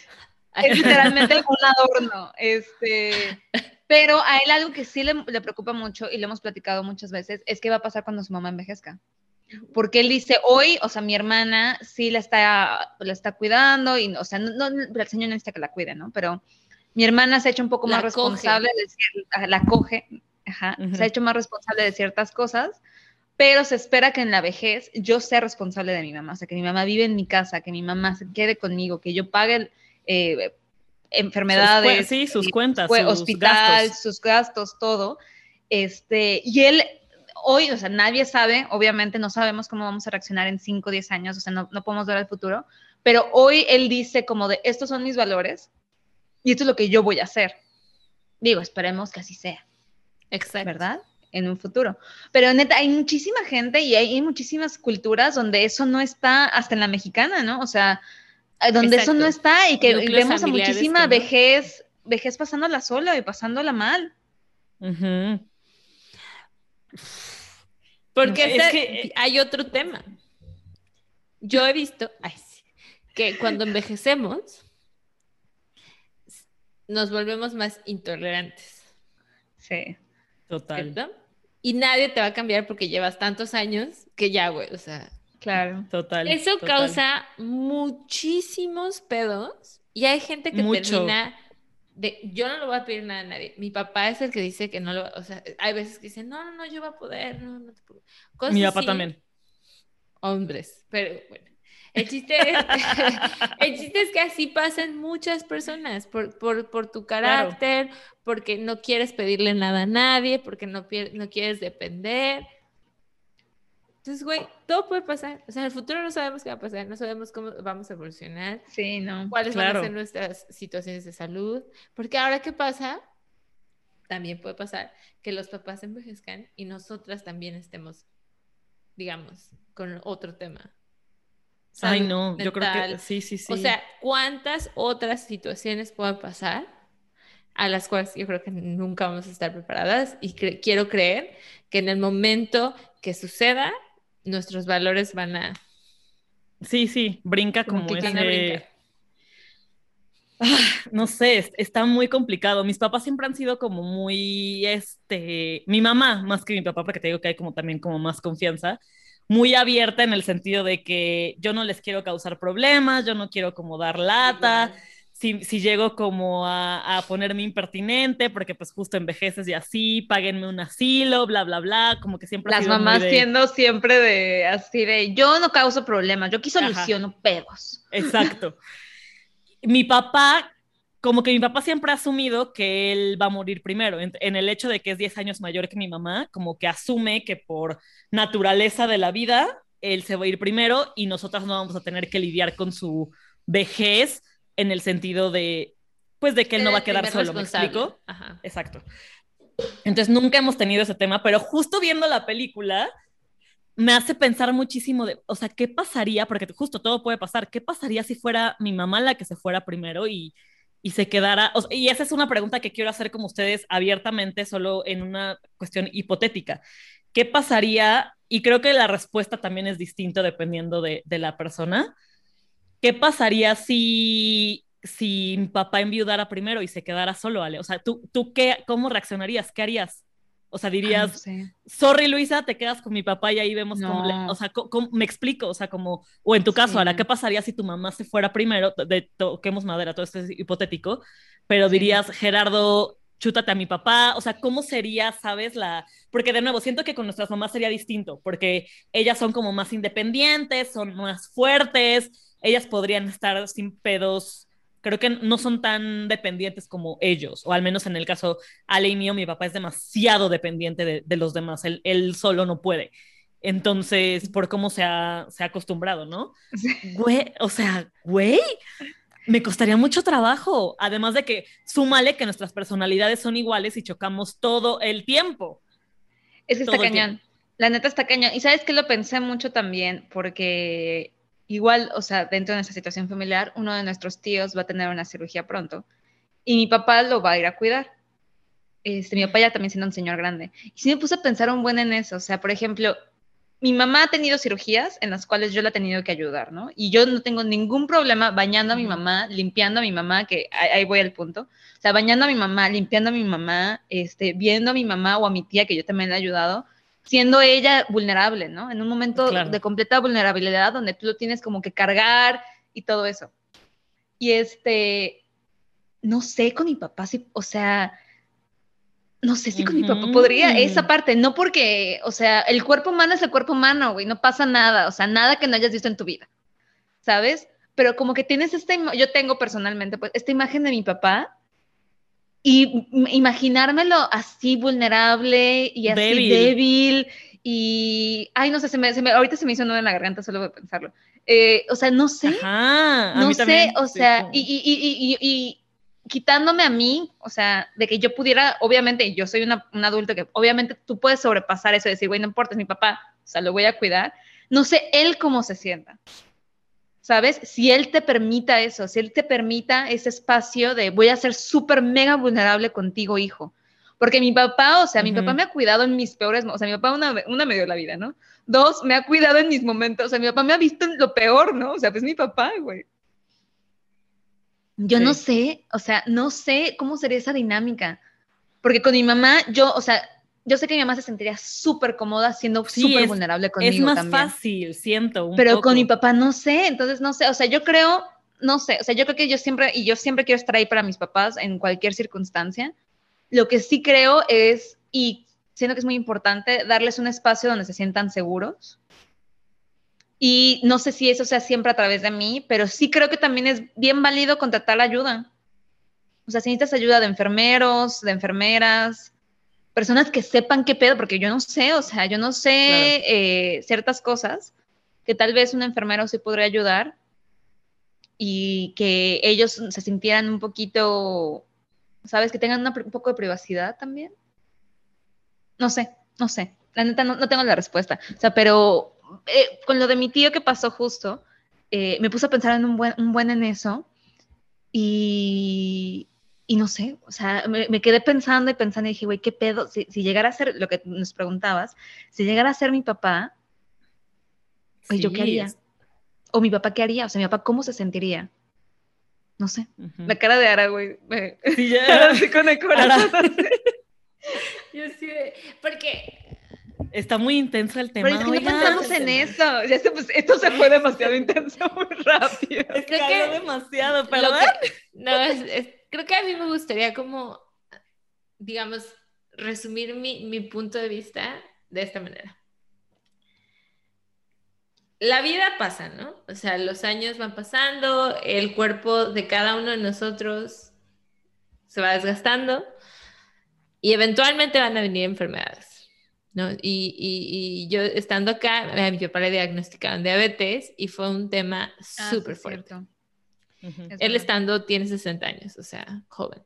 Es literalmente un adorno. Este, pero a él algo que sí le, le preocupa mucho, y lo hemos platicado muchas veces, es qué va a pasar cuando su mamá envejezca. Porque él dice, hoy, o sea, mi hermana sí la está, la está cuidando, y, o sea, no, no, el señor necesita que la cuide, ¿no? Pero mi hermana se ha hecho un poco La más responsable, coge. de cier- la coge, ajá, Ujú. se ha hecho más responsable de ciertas cosas, pero se espera que en la vejez yo sea responsable de mi mamá, o sea, que mi mamá vive en mi casa, que mi mamá se quede conmigo, que yo pague eh, enfermedades, Sus cue- sí, sus eh, cuentas, fue- sus hospital, gastos. sus gastos, todo. Este, y él, hoy, o sea, nadie sabe, obviamente no sabemos cómo vamos a reaccionar en cinco o diez años, o sea, no, no podemos ver el futuro, pero hoy él dice como de, estos son mis valores y esto es lo que yo voy a hacer. Digo, esperemos que así sea, Exacto. ¿verdad? En un futuro. Pero neta, hay muchísima gente y hay, hay muchísimas culturas donde eso no está, hasta en la mexicana, ¿no? O sea, donde eso no Exacto. está y que Núcleos vemos a familiares muchísima que no. vejez, vejez pasándola sola y pasándola mal. Ujú. Porque Es ese- que, hay otro tema. Yo he visto ay, sí, que cuando envejecemos nos volvemos más intolerantes, Sí, total, ¿cierto? Y nadie te va a cambiar porque llevas tantos años que ya, güey, o sea, claro. total, eso total. causa muchísimos pedos y hay gente que Mucho. termina de, yo no lo voy a pedir nada a nadie. Mi papá es el que dice que no lo, o sea, hay veces que dicen, no, no, no, yo voy a poder, no, no te preocupes. Cosas Mi papá así, también. hombres, pero bueno. El chiste, es, el chiste es que así pasan muchas personas por, por, por tu carácter, claro. Porque no quieres pedirle nada a nadie, porque no, no quieres depender. Entonces, güey, todo puede pasar. O sea, en el futuro no sabemos qué va a pasar, no sabemos cómo vamos a evolucionar. Sí, no. Cuáles Claro. van a ser nuestras situaciones de salud. Porque ahora, ¿qué pasa? También puede pasar que los papás envejezcan y nosotras también estemos, digamos, con otro tema. Salud Ay, no, mental. Yo creo que sí, sí, sí. O sea, ¿cuántas otras situaciones pueden pasar a las cuales yo creo que nunca vamos a estar preparadas? Y cre- quiero creer que en el momento que suceda, nuestros valores van a... Sí, sí, brinca como, Como que ese... van a brincar. Ah, no sé, es- está muy complicado. Mis papás siempre han sido como muy, este, mi mamá más que mi papá, porque te digo que hay como también como más confianza, muy abierta en el sentido de que yo no les quiero causar problemas, yo no quiero como dar lata, si, si llego como a, a ponerme impertinente, porque pues justo envejeces y así, páguenme un asilo, bla, bla, bla, como que siempre ha Las sido muy mamás de... siendo siempre de así de, yo no causo problemas, yo aquí soluciono Ajá. pedos. Exacto. Mi papá, como que mi papá siempre ha asumido que él va a morir primero, en, en el hecho de que es diez años mayor que mi mamá, como que asume que por naturaleza de la vida, él se va a ir primero y nosotras no vamos a tener que lidiar con su vejez en el sentido de, pues de que él no va a quedar solo, ¿me explico? Ajá. Exacto. Entonces nunca hemos tenido ese tema, pero justo viendo la película, me hace pensar muchísimo de, o sea, ¿qué pasaría? Porque justo todo puede pasar. ¿Qué pasaría si fuera mi mamá la que se fuera primero y, y se quedara? O sea, y esa es una pregunta que quiero hacer como ustedes abiertamente, solo en una cuestión hipotética. ¿Qué pasaría? Y creo que la respuesta también es distinta dependiendo de, de la persona. ¿Qué pasaría si, si mi papá enviudara primero y se quedara solo, Ale? O sea, ¿tú, tú qué, cómo reaccionarías? ¿Qué harías? O sea, dirías, Ay, no sé. sorry Luisa, te quedas con mi papá y ahí vemos No. cómo, le, o sea, cómo, cómo, me explico, o sea, como, o en tu caso, Sí. Ara, ¿qué pasaría si tu mamá se fuera primero? De, toquemos madera, todo esto es hipotético, pero Sí. dirías, Gerardo, chútate a mi papá, o sea, ¿cómo sería, sabes, la, porque de nuevo, siento que con nuestras mamás sería distinto, porque ellas son como más independientes, son más fuertes, ellas podrían estar sin pedos, creo que no son tan dependientes como ellos, o al menos en el caso Ale y mío, mi papá es demasiado dependiente de, de los demás, él, él solo no puede. Entonces, por cómo se ha, se ha acostumbrado, ¿no? Sí. Güey, o sea, güey, me costaría mucho trabajo. Además de que súmale que nuestras personalidades son iguales y chocamos todo el tiempo. Es que está Todo el cañón. tiempo. La neta está cañón. Y sabes que lo pensé mucho también, porque igual, o sea, dentro de nuestra situación familiar, uno de nuestros tíos va a tener una cirugía pronto y mi papá lo va a ir a cuidar. Este, mi papá ya también siendo un señor grande. Y sí me puse a pensar un buen en eso. O sea, por ejemplo, mi mamá ha tenido cirugías en las cuales yo la he tenido que ayudar, ¿no? Y yo no tengo ningún problema bañando a mi mamá, limpiando a mi mamá, que ahí, ahí voy al punto. O sea, bañando a mi mamá, limpiando a mi mamá, este, viendo a mi mamá o a mi tía, que yo también le he ayudado, siendo ella vulnerable, ¿no? En un momento Claro. de completa vulnerabilidad donde tú lo tienes como que cargar y todo eso. Y este, no sé, con mi papá, sí, o sea, no sé si con mi papá podría esa parte, no porque, o sea, el cuerpo humano es el cuerpo humano, güey, no pasa nada, o sea, nada que no hayas visto en tu vida, ¿sabes? Pero como que tienes esta, ima- yo tengo personalmente, pues, esta imagen de mi papá y m- imaginármelo así vulnerable y así Débil. débil y, ay, no sé, se me, se me- ahorita se me hizo un nudo en la garganta solo de pensarlo. Eh, o sea, no sé, Ajá, a no mí sé, también. o Sí, sea, como- y, y, y, y, y quitándome a mí, o sea, de que yo pudiera, obviamente, yo soy una, un adulto que obviamente tú puedes sobrepasar eso y decir, güey, no importa, es mi papá, o sea, lo voy a cuidar. No sé él cómo se sienta, ¿sabes? Si él te permita eso, si él te permita ese espacio de voy a ser súper mega vulnerable contigo, hijo. Porque mi papá, o sea, mi Ujú. papá me ha cuidado en mis peores, o sea, mi papá una, una me dio la vida, ¿no? Dos, me ha cuidado en mis momentos, o sea, mi papá me ha visto en lo peor, ¿no? O sea, pues mi papá, güey. Yo no Sí. sé, o sea, no sé cómo sería esa dinámica. Porque con mi mamá, yo, o sea, yo sé que mi mamá se sentiría súper cómoda siendo Sí, súper es, vulnerable es conmigo más también. fácil, siento, un Pero poco. con mi papá no sé, entonces no sé, o sea, yo creo, no sé, o sea, yo creo que yo siempre, y yo siempre quiero estar ahí para mis papás en cualquier circunstancia. Lo que sí creo es, y siento que es muy importante, darles un espacio donde se sientan seguros. Y no sé si eso sea siempre a través de mí, pero sí creo que también es bien válido contratar ayuda. O sea, si necesitas ayuda de enfermeros, de enfermeras, personas que sepan qué pedo, porque yo no sé, o sea, yo no sé Claro. eh, ciertas cosas que tal vez un enfermero sí podría ayudar y que ellos se sintieran un poquito, ¿sabes? Que tengan una, un poco de privacidad también. No sé, no sé. La neta no, no tengo la respuesta. O sea, pero eh, con lo de mi tío que pasó justo, eh, me puse a pensar en un buen, un buen en eso y, y no sé, o sea, me, me quedé pensando y pensando y dije, güey, ¿qué pedo? Si, si llegara a ser lo que nos preguntabas, si llegara a ser mi papá, pues yo qué Sí, haría. es- O mi papá qué haría, o sea, mi papá cómo se sentiría. No sé. ujú. La cara de Ara, güey. me- Sí, ya. Ara así con el corazón. Ara. así. Yo sí, de- porque Está muy intenso el Pero es tema, que no oigan. pensamos en eso. Ya se, pues, esto se fue demasiado intenso muy rápido. creo Escaló que demasiado, lo perdón. que, no, es- es- creo que a mí me gustaría como, digamos, resumir mi, mi punto de vista de esta manera. La vida pasa, ¿no? O sea, los años van pasando, el cuerpo de cada uno de nosotros se va desgastando y eventualmente van a venir enfermedades, ¿no? Y, y, y yo estando acá, a mi papá le diagnosticaron diabetes y fue un tema Ah, súper sí, fuerte. cierto. Ujú. Es Él verdad. estando tiene sesenta años, o sea, joven.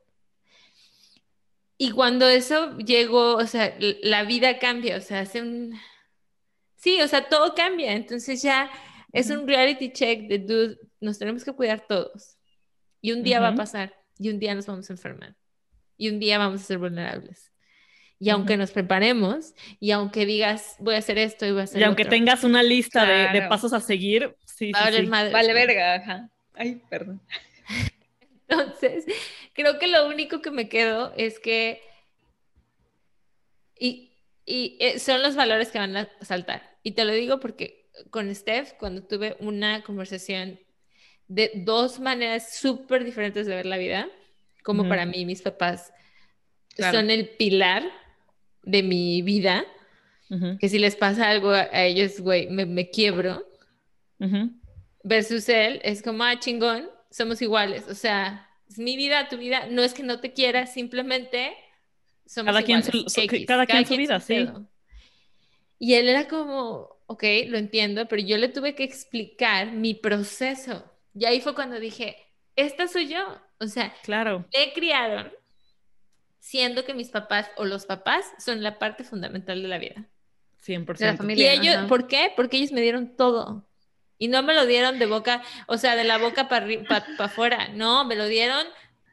Y cuando eso llegó, o sea, l- la vida cambia, o sea, hace un... Sí, o sea, todo cambia, entonces ya es Ujú. un reality check de, dude, nos tenemos que cuidar todos. Y un día va a Ujú. pasar, y un día nos vamos a enfermar, y un día vamos a ser vulnerables. Y Ujú. aunque nos preparemos, y aunque digas, voy a hacer esto y voy a hacer Y lo aunque otro, tengas una lista de, de Claro. pasos a seguir, sí, va a sí, valer sí. madres, Vale, güey. verga, ajá. Ay, perdón. Entonces, creo que lo único que me quedo es que, y, y eh, son los valores que van a saltar. Y te lo digo porque con Steph, cuando tuve una conversación de dos maneras súper diferentes de ver la vida, como Ujú. para mí mis papás Claro. son el pilar de mi vida, Ujú. que si les pasa algo a, a ellos, güey, me, me quiebro, Ujú. versus él, es como, ah, chingón, somos iguales, o sea, es mi vida, tu vida, no es que no te quiera, simplemente somos Cada quien su, iguales, su- X, cada cada quien su quien vida, su sí. pedo. Y él era como, ok, lo entiendo, pero yo le tuve que explicar mi proceso. Y ahí fue cuando dije, esta soy yo. O sea, Claro, me criaron siendo que mis papás o los papás son la parte fundamental de la vida. cien por De la ciento. Y familia. ellos, Ajá. ¿por qué? Porque ellos me dieron todo. Y no me lo dieron de boca, o sea, de la boca para pa, pa afuera. No, me lo dieron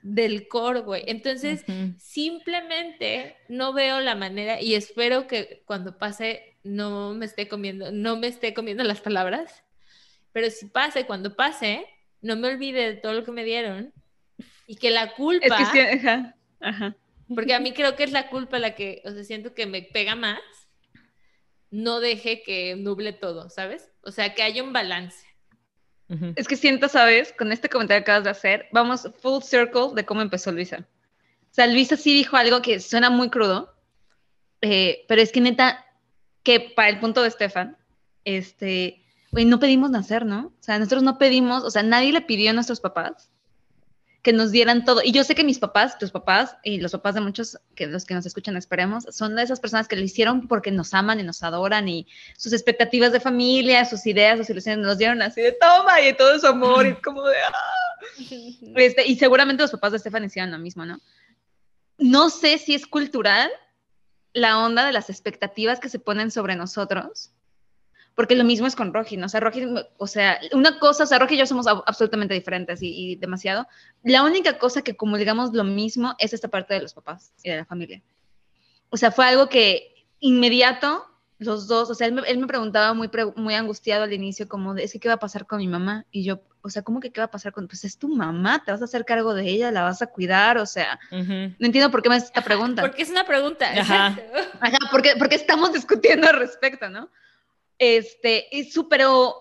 del core, güey. Entonces, Ujú. simplemente no veo la manera y espero que cuando pase no me esté comiendo, no me esté comiendo las palabras, pero si pase, cuando pase, no me olvide de todo lo que me dieron y que la Es culpa, que sí, ajá, ajá. porque a mí creo que es la culpa la que, o sea, siento que me pega más, no deje que nuble todo, ¿sabes? O sea, que haya un balance. Ujú. Es que siento, ¿sabes? Con este comentario que acabas de hacer, vamos full circle de cómo empezó Luisa. O sea, Luisa sí dijo algo que suena muy crudo, eh, pero es que neta, que para el punto de Estefan, este, güey, no pedimos nacer, ¿no? O sea, nosotros no pedimos, o sea, nadie le pidió a nuestros papás que nos dieran todo. Y yo sé que mis papás, tus papás y los papás de muchos, que los que nos escuchan, esperemos, son de esas personas que lo hicieron porque nos aman y nos adoran y sus expectativas de familia, sus ideas, sus ilusiones nos dieron así de toma y todo su amor y como de ah. Este, y seguramente los papás de Estefan hicieron lo mismo, ¿no? No sé si es cultural la onda de las expectativas que se ponen sobre nosotros, porque lo mismo es con Roji, ¿no? O sea, Roji, o sea, una cosa, o sea, Roji y yo somos absolutamente diferentes y, y demasiado. La única cosa que comulgamos lo mismo es esta parte de los papás y de la familia. O sea, fue algo que inmediato, los dos, o sea, él me, él me preguntaba muy, muy angustiado al inicio, como de, es que, ¿qué va a pasar con mi mamá? Y yo, o sea, ¿cómo que qué va a pasar con? Pues es tu mamá, te vas a hacer cargo de ella, la vas a cuidar, o sea, Ujú. no entiendo por qué me haces esta pregunta. Porque es una pregunta, Ajá. exacto. Ajá, porque, porque estamos discutiendo al respecto, ¿no? Este, y su, pero,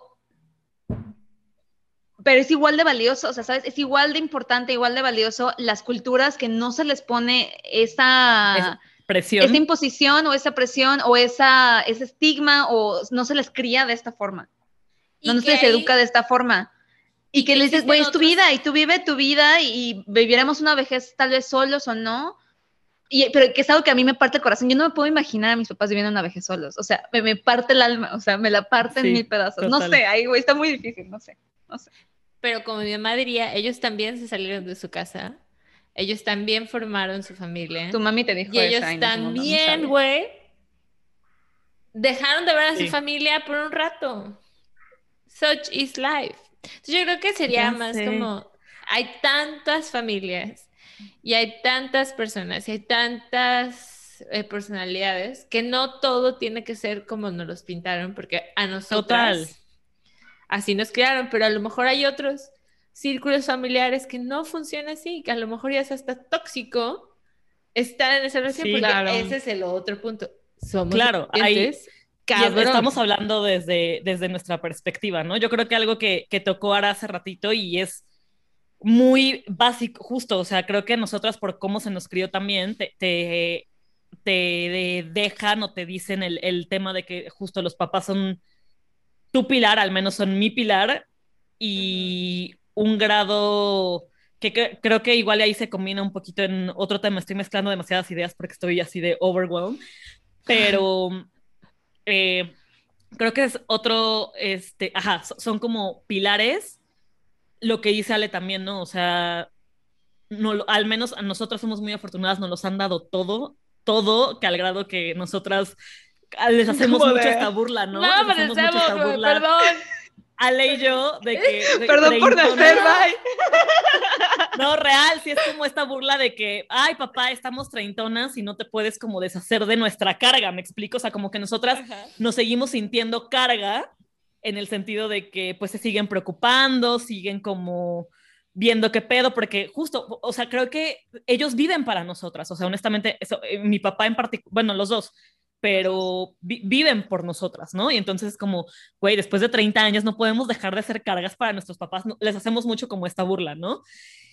pero es igual de valioso, o sea, ¿sabes? Es igual de importante, igual de valioso las culturas que no se les pone esa, Presión. esa imposición o esa presión o esa, ese estigma o no se les cría de esta forma. No, Y no se que les hay- educa de esta forma. Y, y que que le dices, existen güey, es tu otros- vida y tú vive tu vida y, y viviremos una vejez tal vez solos o no. Y, pero que es algo que a mí me parte el corazón. Yo no me puedo imaginar a mis papás viviendo una vejez solos. O sea, me, me parte el alma. O sea, me la parte en Sí, mil pedazos. total. No sé, ahí, güey, está muy difícil. No sé, no sé. Pero como mi mamá diría, ellos también se salieron de su casa. Ellos también formaron su familia. Tu mami te dijo Y ellos esa y no tu mamá, muy también, sabia. güey, dejaron de ver a su Sí. familia por un rato. Such is life. Entonces yo creo que sería Ya más sé. como, hay tantas familias y hay tantas personas y hay tantas eh, personalidades que no todo tiene que ser como nos los pintaron, porque a nosotras Total. así nos criaron, pero a lo mejor hay otros círculos familiares que no funcionan así, que a lo mejor ya es hasta tóxico estar en esa relación, Sí. porque Claro. ese es el otro punto. Somos Claro, ahí dependientes, y es- cabrón. estamos hablando desde, desde nuestra perspectiva, ¿no? Yo creo que algo que, que tocó Ara hace ratito y es muy básico, justo, o sea, creo que nosotras por cómo se nos crió también, te, te, te dejan o te dicen el, el tema de que justo los papás son tu pilar, al menos son mi pilar, y un grado que cre- creo que igual ahí se combina un poquito en otro tema, estoy mezclando demasiadas ideas porque estoy así de overwhelmed, pero eh, creo que es otro, este, ajá, so- son como pilares, lo que dice Ale también, ¿no? O sea, no, lo- al menos a nosotras somos muy afortunadas, nos los han dado todo, todo, que al grado que nosotras ah, les hacemos Como mucho de- esta burla, ¿no? No, Les hacemos mucho esta merecemos, güey, burla. perdón. Ale y yo, de que güey, Perdón por treintonas- nacer, bye. No, real, sí es como esta burla de que, ay, papá, estamos treintonas y no te puedes como deshacer de nuestra carga, ¿me explico? O sea, como que nosotras Ajá. nos seguimos sintiendo carga en el sentido de que pues se siguen preocupando, siguen como viendo qué pedo, porque justo, o sea, creo que ellos viven para nosotras, o sea, honestamente, eso, eh, mi papá en particular, bueno, los dos, pero vi viven por nosotras, ¿no? Y entonces como, güey, después de treinta años no podemos dejar de hacer cargas para nuestros papás, no, les hacemos mucho como esta burla, ¿no?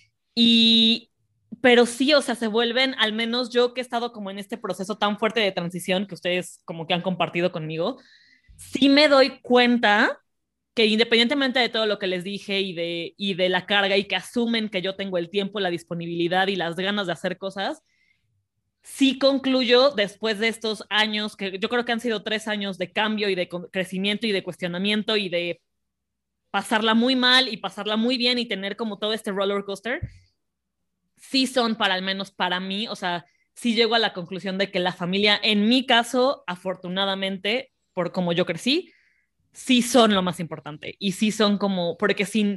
Y, pero sí, o sea, se vuelven, al menos yo que he estado como en este proceso tan fuerte de transición que ustedes como que han compartido conmigo, sí me doy cuenta que independientemente de todo lo que les dije y de, y de la carga y que asumen que yo tengo el tiempo, la disponibilidad y las ganas de hacer cosas, sí concluyo después de estos años, que yo creo que han sido tres años de cambio y de crecimiento y de cuestionamiento y de pasarla muy mal y pasarla muy bien y tener como todo este roller coaster, sí son para al menos para mí, o sea, sí llego a la conclusión de que la familia, en mi caso, afortunadamente, por como yo crecí, sí son lo más importante y sí son como, porque sin,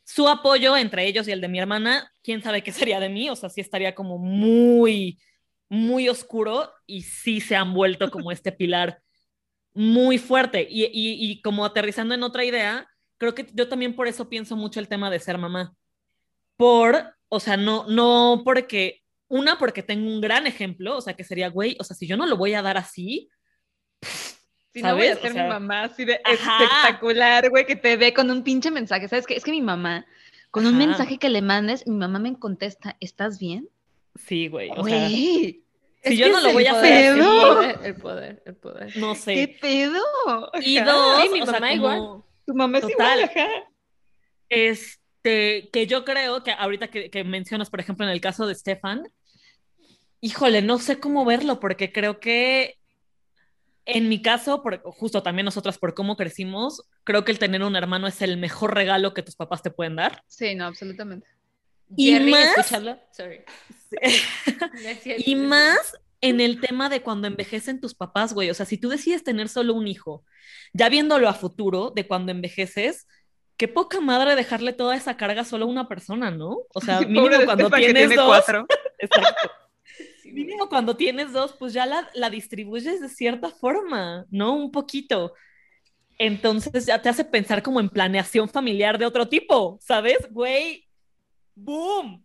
su apoyo entre ellos y el de mi hermana, quién sabe qué sería de mí, o sea, sí estaría como muy, muy oscuro y sí se han vuelto como este pilar muy fuerte. Y, y, y como aterrizando en otra idea, creo que yo también por eso pienso mucho el tema de ser mamá. Por, o sea, no, no porque, una, porque tengo un gran ejemplo, o sea, que sería, güey, o sea, si yo no lo voy a dar así, Si no voy a ¿sabes? ser O sea, mi mamá así de ajá. espectacular, güey, que te ve con un pinche mensaje. ¿Sabes qué? Es que mi mamá, con un Ajá. mensaje que le mandes, mi mamá me contesta, ¿estás bien? Sí, güey, o sea, Güey, si Es yo que no es lo el voy a hacer poder, el así, poder, el poder, el poder. no ¿qué sé. pedo? Y Ajá. dos, Sí, mi o sea, mamá igual. como, Tu mamá es total, igual, ajá. este, que yo creo que ahorita que, que mencionas, por ejemplo, en el caso de Stefan, híjole, no sé cómo verlo, porque creo que en mi caso, por, justo también nosotras por cómo crecimos, creo que el tener un hermano es el mejor regalo que tus papás te pueden dar. Sí, no, absolutamente. Y Jerry, más, escúchalo. Sorry. No es cierto, y no es más en el tema de cuando envejecen tus papás, güey. O sea, si tú decides tener solo un hijo, ya viéndolo a futuro de cuando envejeces, qué poca madre dejarle toda esa carga solo a una persona, ¿no? O sea, Pobre mínimo de cuando Estefan que tienes tiene dos, cuatro. exacto. Sí, güey. Mínimo cuando tienes dos, pues ya la, la distribuyes de cierta forma, ¿no? Un poquito. Entonces ya te hace pensar como en planeación familiar de otro tipo, ¿sabes? Güey, boom.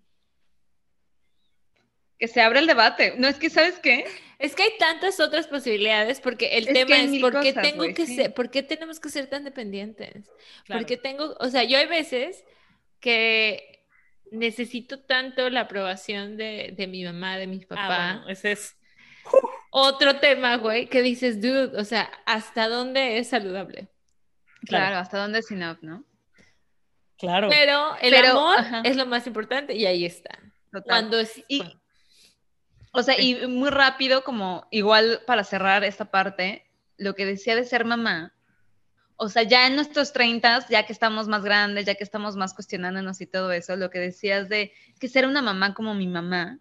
Que se abre el debate. No, es que, ¿sabes qué? Es que hay tantas otras posibilidades porque el Es que tema hay es mil ¿por qué cosas, tengo güey, que sí. ser, por qué tenemos que ser tan dependientes? Claro. Porque tengo, o sea, yo hay veces que necesito tanto la aprobación de, de mi mamá, de mi Ah, papá. bueno, ese es... Otro tema, güey, que dices, dude, o sea, ¿hasta dónde es saludable? Claro, Claro, hasta dónde si no, ¿no? claro. Pero el Pero, amor ajá, es lo más importante y ahí está. total. Cuando es, Y, bueno, o sea, Sí. y muy rápido, como igual para cerrar esta parte, lo que decía de ser mamá, o sea, ya en nuestros treintas, ya que estamos más grandes, ya que estamos más cuestionándonos y todo eso, lo que decías de que ser una mamá como mi mamá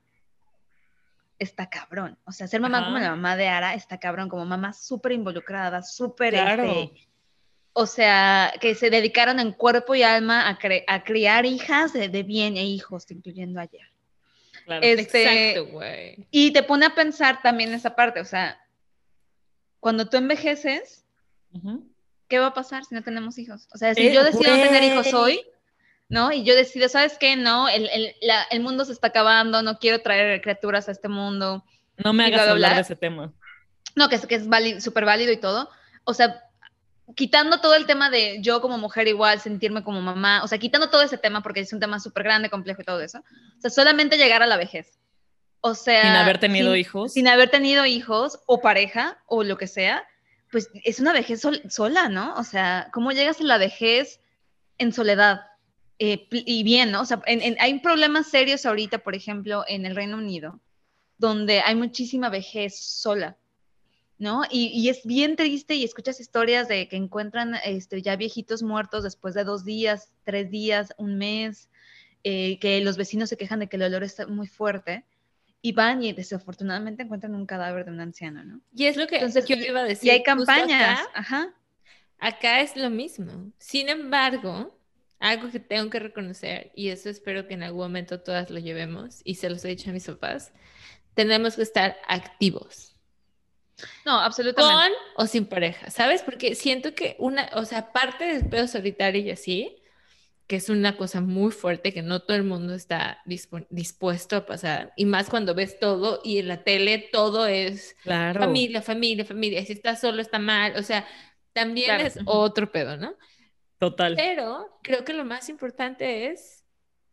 está cabrón. O sea, ser mamá como la Ajá, mamá de Ara está cabrón, como mamá súper involucrada, súper, claro, este, o sea, que se dedicaron en cuerpo y alma a, cre a criar hijas de, de bien e hijos, incluyendo ayer. claro. Este, exacto, güey. y te pone a pensar también esa parte, o sea, cuando tú envejeces, Ujú. ¿qué va a pasar si no tenemos hijos? O sea, si Eh, yo decido no tener hijos güey. hoy, ¿no? Y yo decido, ¿sabes qué? No, el, el, la, el mundo se está acabando, no quiero traer criaturas a este mundo, No me y bla, hagas bla, hablar de bla. ese tema. No, que es, que es súper válido y todo. O sea, quitando todo el tema de yo como mujer igual, sentirme como mamá, o sea, quitando todo ese tema porque es un tema súper grande, complejo y todo eso. O sea, solamente llegar a la vejez. O sea, Sin haber tenido sin, hijos. sin haber tenido hijos o pareja o lo que sea, pues es una vejez sol, sola, ¿no? O sea, ¿cómo llegas a la vejez en soledad? Eh, y bien, ¿no? O sea, en, en, hay problemas serios ahorita, por ejemplo, en el Reino Unido, donde hay muchísima vejez sola, ¿no? Y, y es bien triste y escuchas historias de que encuentran este, ya viejitos muertos después de dos días, tres días, un mes, eh, que los vecinos se quejan de que el olor está muy fuerte y van y desafortunadamente encuentran un cadáver de un anciano, ¿no? Y es lo que Entonces, yo y, iba a y decir, hay justo campañas, acá, ajá. acá es lo mismo. Sin embargo, algo que tengo que reconocer, y eso espero que en algún momento todas lo llevemos, y se los he dicho a mis papás, tenemos que estar activos, No, absolutamente. con o sin pareja, ¿sabes? Porque siento que una, o sea, aparte del pedo solitario y así, que es una cosa muy fuerte que no todo el mundo está dispu dispuesto a pasar, y más cuando ves todo y en la tele todo es Claro, familia, familia, familia, si estás solo está mal, o sea, también Claro. es otro pedo, ¿no? total. Pero creo que lo más importante es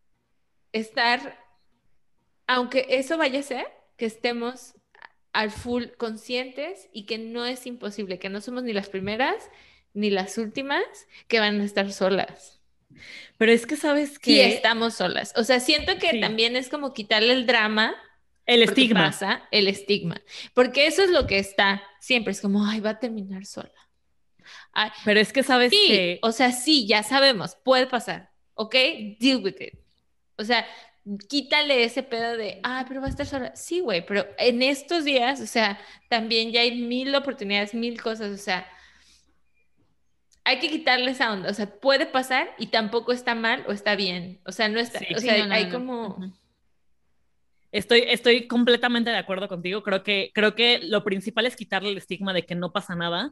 estar, aunque eso vaya a ser, que estemos al full conscientes y que no es imposible, que no somos ni las primeras ni las últimas que van a estar solas. Pero es que, ¿sabes Sí, qué? estamos solas. O sea, siento que Sí, también es como quitarle el drama, el porque estigma. pasa el estigma, porque eso es lo que está siempre, es como, ay, va a terminar sola. Ay, Pero es que, ¿sabes sí, qué? o sea, sí, ya sabemos, puede pasar, ¿ok? Deal with it. O sea, quítale ese pedo de, ah, pero va a estar sola. Sí, güey, pero en estos días, o sea, también ya hay mil oportunidades, mil cosas, o sea, hay que quitarle esa onda. O sea, puede pasar y tampoco está mal o está bien. O sea, no está, Sí. o Sí, sea, no, no, hay no. como... Ujú. Estoy, estoy completamente de acuerdo contigo. Creo que, creo que lo principal es quitarle el estigma de que no pasa nada,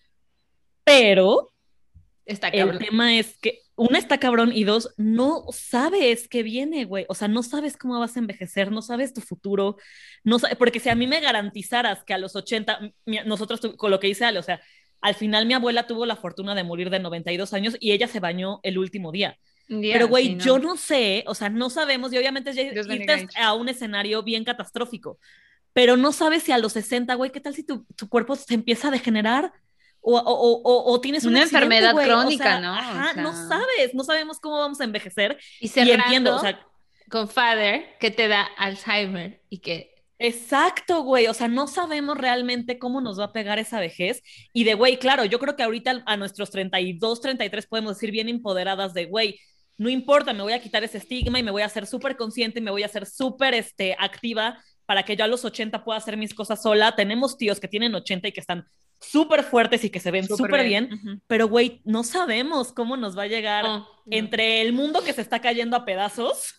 pero Está el cabrón. tema es que, una, está cabrón, y dos, no sabes qué viene, güey. O sea, no sabes cómo vas a envejecer, no sabes tu futuro, no sabes, porque si a mí me garantizaras que a los ochenta, mi, nosotros, tu, con lo que dice Ale, o sea, al final mi abuela tuvo la fortuna de morir de noventa y dos años y ella se bañó el último día. Un Pero, día, güey, sí, yo no. no sé, o sea, no sabemos, y obviamente es Dios bendiga irte a a un escenario bien catastrófico, pero no sabes si a los sesenta, güey, ¿qué tal si tu, tu cuerpo se empieza a degenerar? O, o, o, o tienes un Una accidente, enfermedad güey. O crónica, sea, ¿no? O ajá, no sea, sabes, no sabemos cómo vamos a envejecer. Y Y entiendo, o cerrando sea, con Father, que te da Alzheimer y que... exacto, güey. O sea, no sabemos realmente cómo nos va a pegar esa vejez. Y de, güey, claro, yo creo que ahorita a nuestros treinta y dos, treinta y tres podemos decir bien empoderadas de, güey, no importa, me voy a quitar ese estigma y me voy a hacer súper consciente y me voy a hacer súper este, activa para que yo a los ochenta pueda hacer mis cosas sola. Tenemos tíos que tienen ochenta y que están súper fuertes y que se ven súper súper bien. bien, Ujú. pero, güey, no sabemos cómo nos va a llegar No, no. entre el mundo que se está cayendo a pedazos.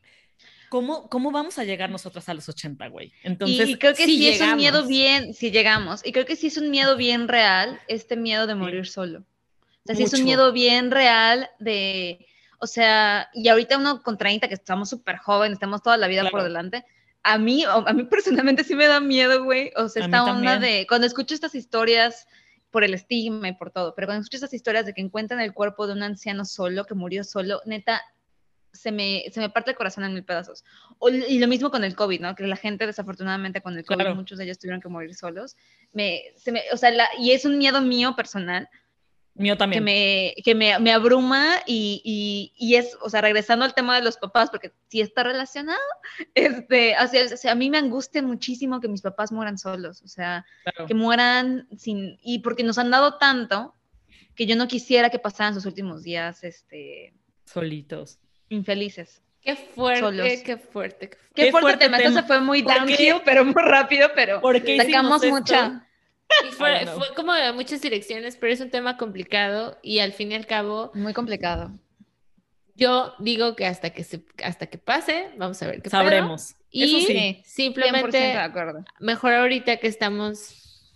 ¿Cómo, ¿Cómo vamos a llegar nosotras a los ochenta, güey? Y, Entonces, y creo que sí sí es un miedo llegamos. bien, si llegamos, y creo que sí es un miedo bien real, este miedo de morir sí, solo. O sea, sí es un mucho. miedo bien real de, o sea, y ahorita uno con treinta, que estamos súper jóvenes, tenemos toda la vida por Claro. delante, a mí, o- a mí personalmente sí me da miedo, güey. O sea, A esta mí onda también. de, cuando escucho estas historias por el estigma y por todo, pero cuando escucho estas historias de que encuentran el cuerpo de un anciano solo, que murió solo, neta, se me, se me parte el corazón en mil pedazos. O- y lo mismo con el COVID, ¿no? Que la gente, desafortunadamente, con el COVID, Claro. muchos de ellos tuvieron que morir solos. Me, se me, o sea, la, y es un miedo mío personal Mío que también. me, que me, me abruma y, y, y es, o sea, regresando al tema de los papás, porque sí está relacionado, este, o sea, o sea, a mí me angustia muchísimo que mis papás mueran solos, o sea, Claro. que mueran sin, y porque nos han dado tanto que yo no quisiera que pasaran sus últimos días, este, Solitos. infelices. Qué fuerte, Solos. qué fuerte, qué fuerte. Qué, Qué fuerte, fuerte tema. tema. Esto se fue muy ¿Por downhill, qué? pero muy rápido, pero ¿Por qué hicimos sacamos esto? mucha. Y I fue, don't know. fue como de muchas direcciones, pero es un tema complicado y al fin y al cabo, Muy complicado. yo digo que hasta que se, hasta que pase, vamos a ver qué pedo. Sabremos. Y Eso sí. Sí, cien por ciento de simplemente acuerdo. mejor ahorita que estamos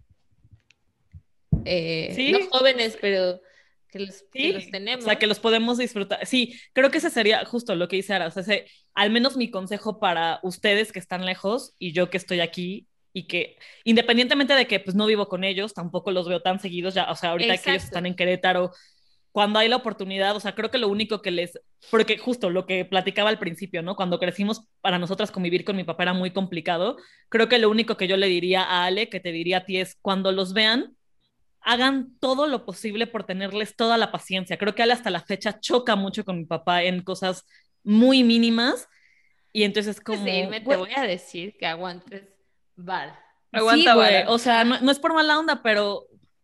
eh, Sí. no jóvenes, pero que los, que Sí, los tenemos. o sea, que los podemos disfrutar. Sí, creo que ese sería justo lo que dice Ara. O sea, ese, al menos mi consejo para ustedes que están lejos y yo que estoy aquí y que independientemente de que pues no vivo con ellos, tampoco los veo tan seguidos, ya, o sea, ahorita que ellos Exacto. están en Querétaro, cuando hay la oportunidad, o sea, creo que lo único que les, porque justo lo que platicaba al principio, ¿no? Cuando crecimos, para nosotras convivir con mi papá era muy complicado, creo que lo único que yo le diría a Ale, que te diría a ti es, cuando los vean, hagan todo lo posible por tenerles toda la paciencia. Creo que Ale hasta la fecha choca mucho con mi papá en cosas muy mínimas y entonces es como... Sí, me te voy a decir que aguantes vara. Aguanta sí, güey, vara. o sea, no, no es por mala onda, pero,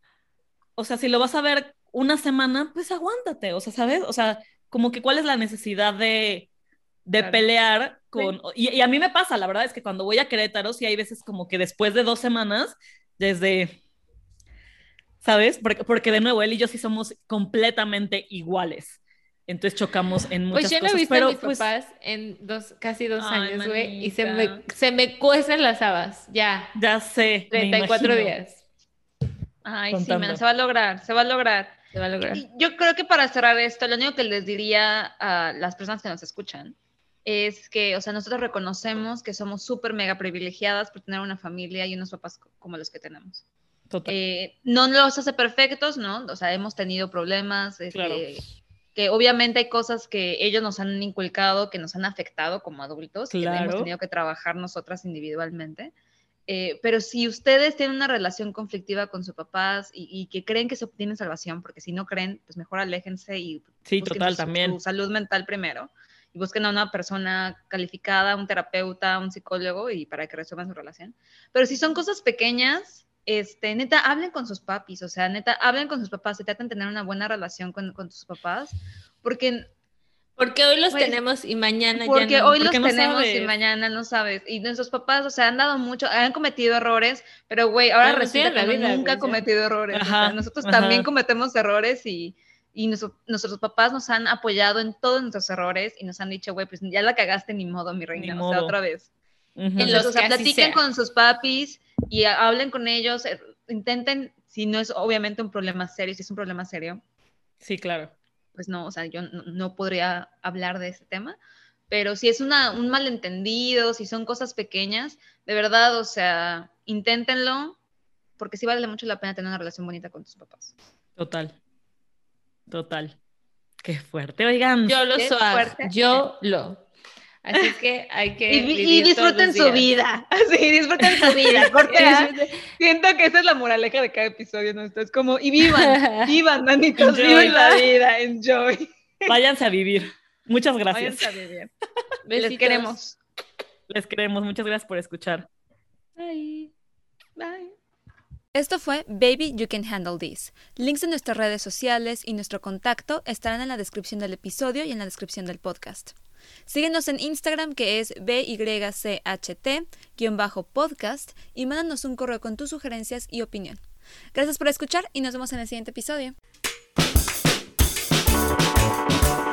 o sea, si lo vas a ver una semana, pues aguántate, o sea, ¿sabes? O sea, como que cuál es la necesidad de, de Claro. pelear con... Y, y a mí me pasa, la verdad es que cuando voy a Querétaro, sí hay veces como que después de dos semanas, desde... ¿Sabes? Porque, porque de nuevo, él y yo sí somos completamente iguales. Entonces chocamos en muchas Pues yo no he cosas. visto pero a mis pues, papás en dos, casi dos ay, años, güey, y se manita. me, se me cuecen las habas, ya, Ya sé, me treinta y cuatro imagino. días. Ay, Contando. sí, man, se va a lograr, se va a lograr. Se va a lograr. Y yo creo que para cerrar esto, lo único que les diría a las personas que nos escuchan es que, o sea, nosotros reconocemos que somos súper mega privilegiadas por tener una familia y unos papás como los que tenemos. Total. Eh, no los hace perfectos, ¿no? O sea, hemos tenido problemas, este, Claro. que obviamente hay cosas que ellos nos han inculcado, que nos han afectado como adultos, que Claro. hemos tenido que trabajar nosotras individualmente. Eh, pero si ustedes tienen una relación conflictiva con sus papás y, y que creen que se obtiene salvación, porque si no creen, pues mejor aléjense y Sí, busquen total, su, también. su salud mental primero y busquen a una persona calificada, un terapeuta, un psicólogo y para que resuelvan su relación. Pero si son cosas pequeñas, este, neta, hablen con sus papis, o sea, neta, hablen con sus papás, se tratan de tener una buena relación con, con sus papás, porque Porque hoy los Pues, tenemos y mañana Porque ya no. hoy los porque no tenemos y sabes. mañana no sabes. Y nuestros papás, o sea, han dado mucho, han cometido errores, pero güey, ahora Bueno, resulta sí, que la no, vida, nunca güey, han ya. cometido errores. O Ajá, sea, nosotros ajá. también cometemos errores y, y nuestro- nuestros papás nos han apoyado en todos nuestros errores y nos han dicho, güey, pues ya la cagaste, ni modo, mi reina. Ni O sea, modo. otra vez. Ujú. En Entonces, los o sea, que así platiquen sea. con sus papis y a- hablen con ellos, eh, intenten, si no es obviamente un problema serio, si es un problema serio, Sí, claro. pues no, o sea, yo no, no podría hablar de ese tema, pero si es una, un malentendido, si son cosas pequeñas, de verdad, o sea, inténtenlo, porque sí vale mucho la pena tener una relación bonita con tus papás. Total. Total. Qué fuerte, oigan. Yo lo Qué soy. fuerte. Yo lo. Así que hay que Y, vi- y vivir todos disfruten los su días. vida, sí, disfruten su vida, corte Y A. disfruten- Siento que esa es la moraleja de cada episodio, ¿no? Esto es como, y vivan, vivan, manitos, Enjoy. vivan la vida, enjoy. Váyanse a vivir. Muchas gracias. Váyanse a vivir. Besitos. Les queremos. Les queremos. Muchas gracias por escuchar. Bye. Bye. Esto fue Baby You Can Handle This. Links de nuestras redes sociales y nuestro contacto estarán en la descripción del episodio y en la descripción del podcast. Síguenos en Instagram, que es B Y C H T-podcast, y mándanos un correo con tus sugerencias y opinión. Gracias por escuchar y nos vemos en el siguiente episodio.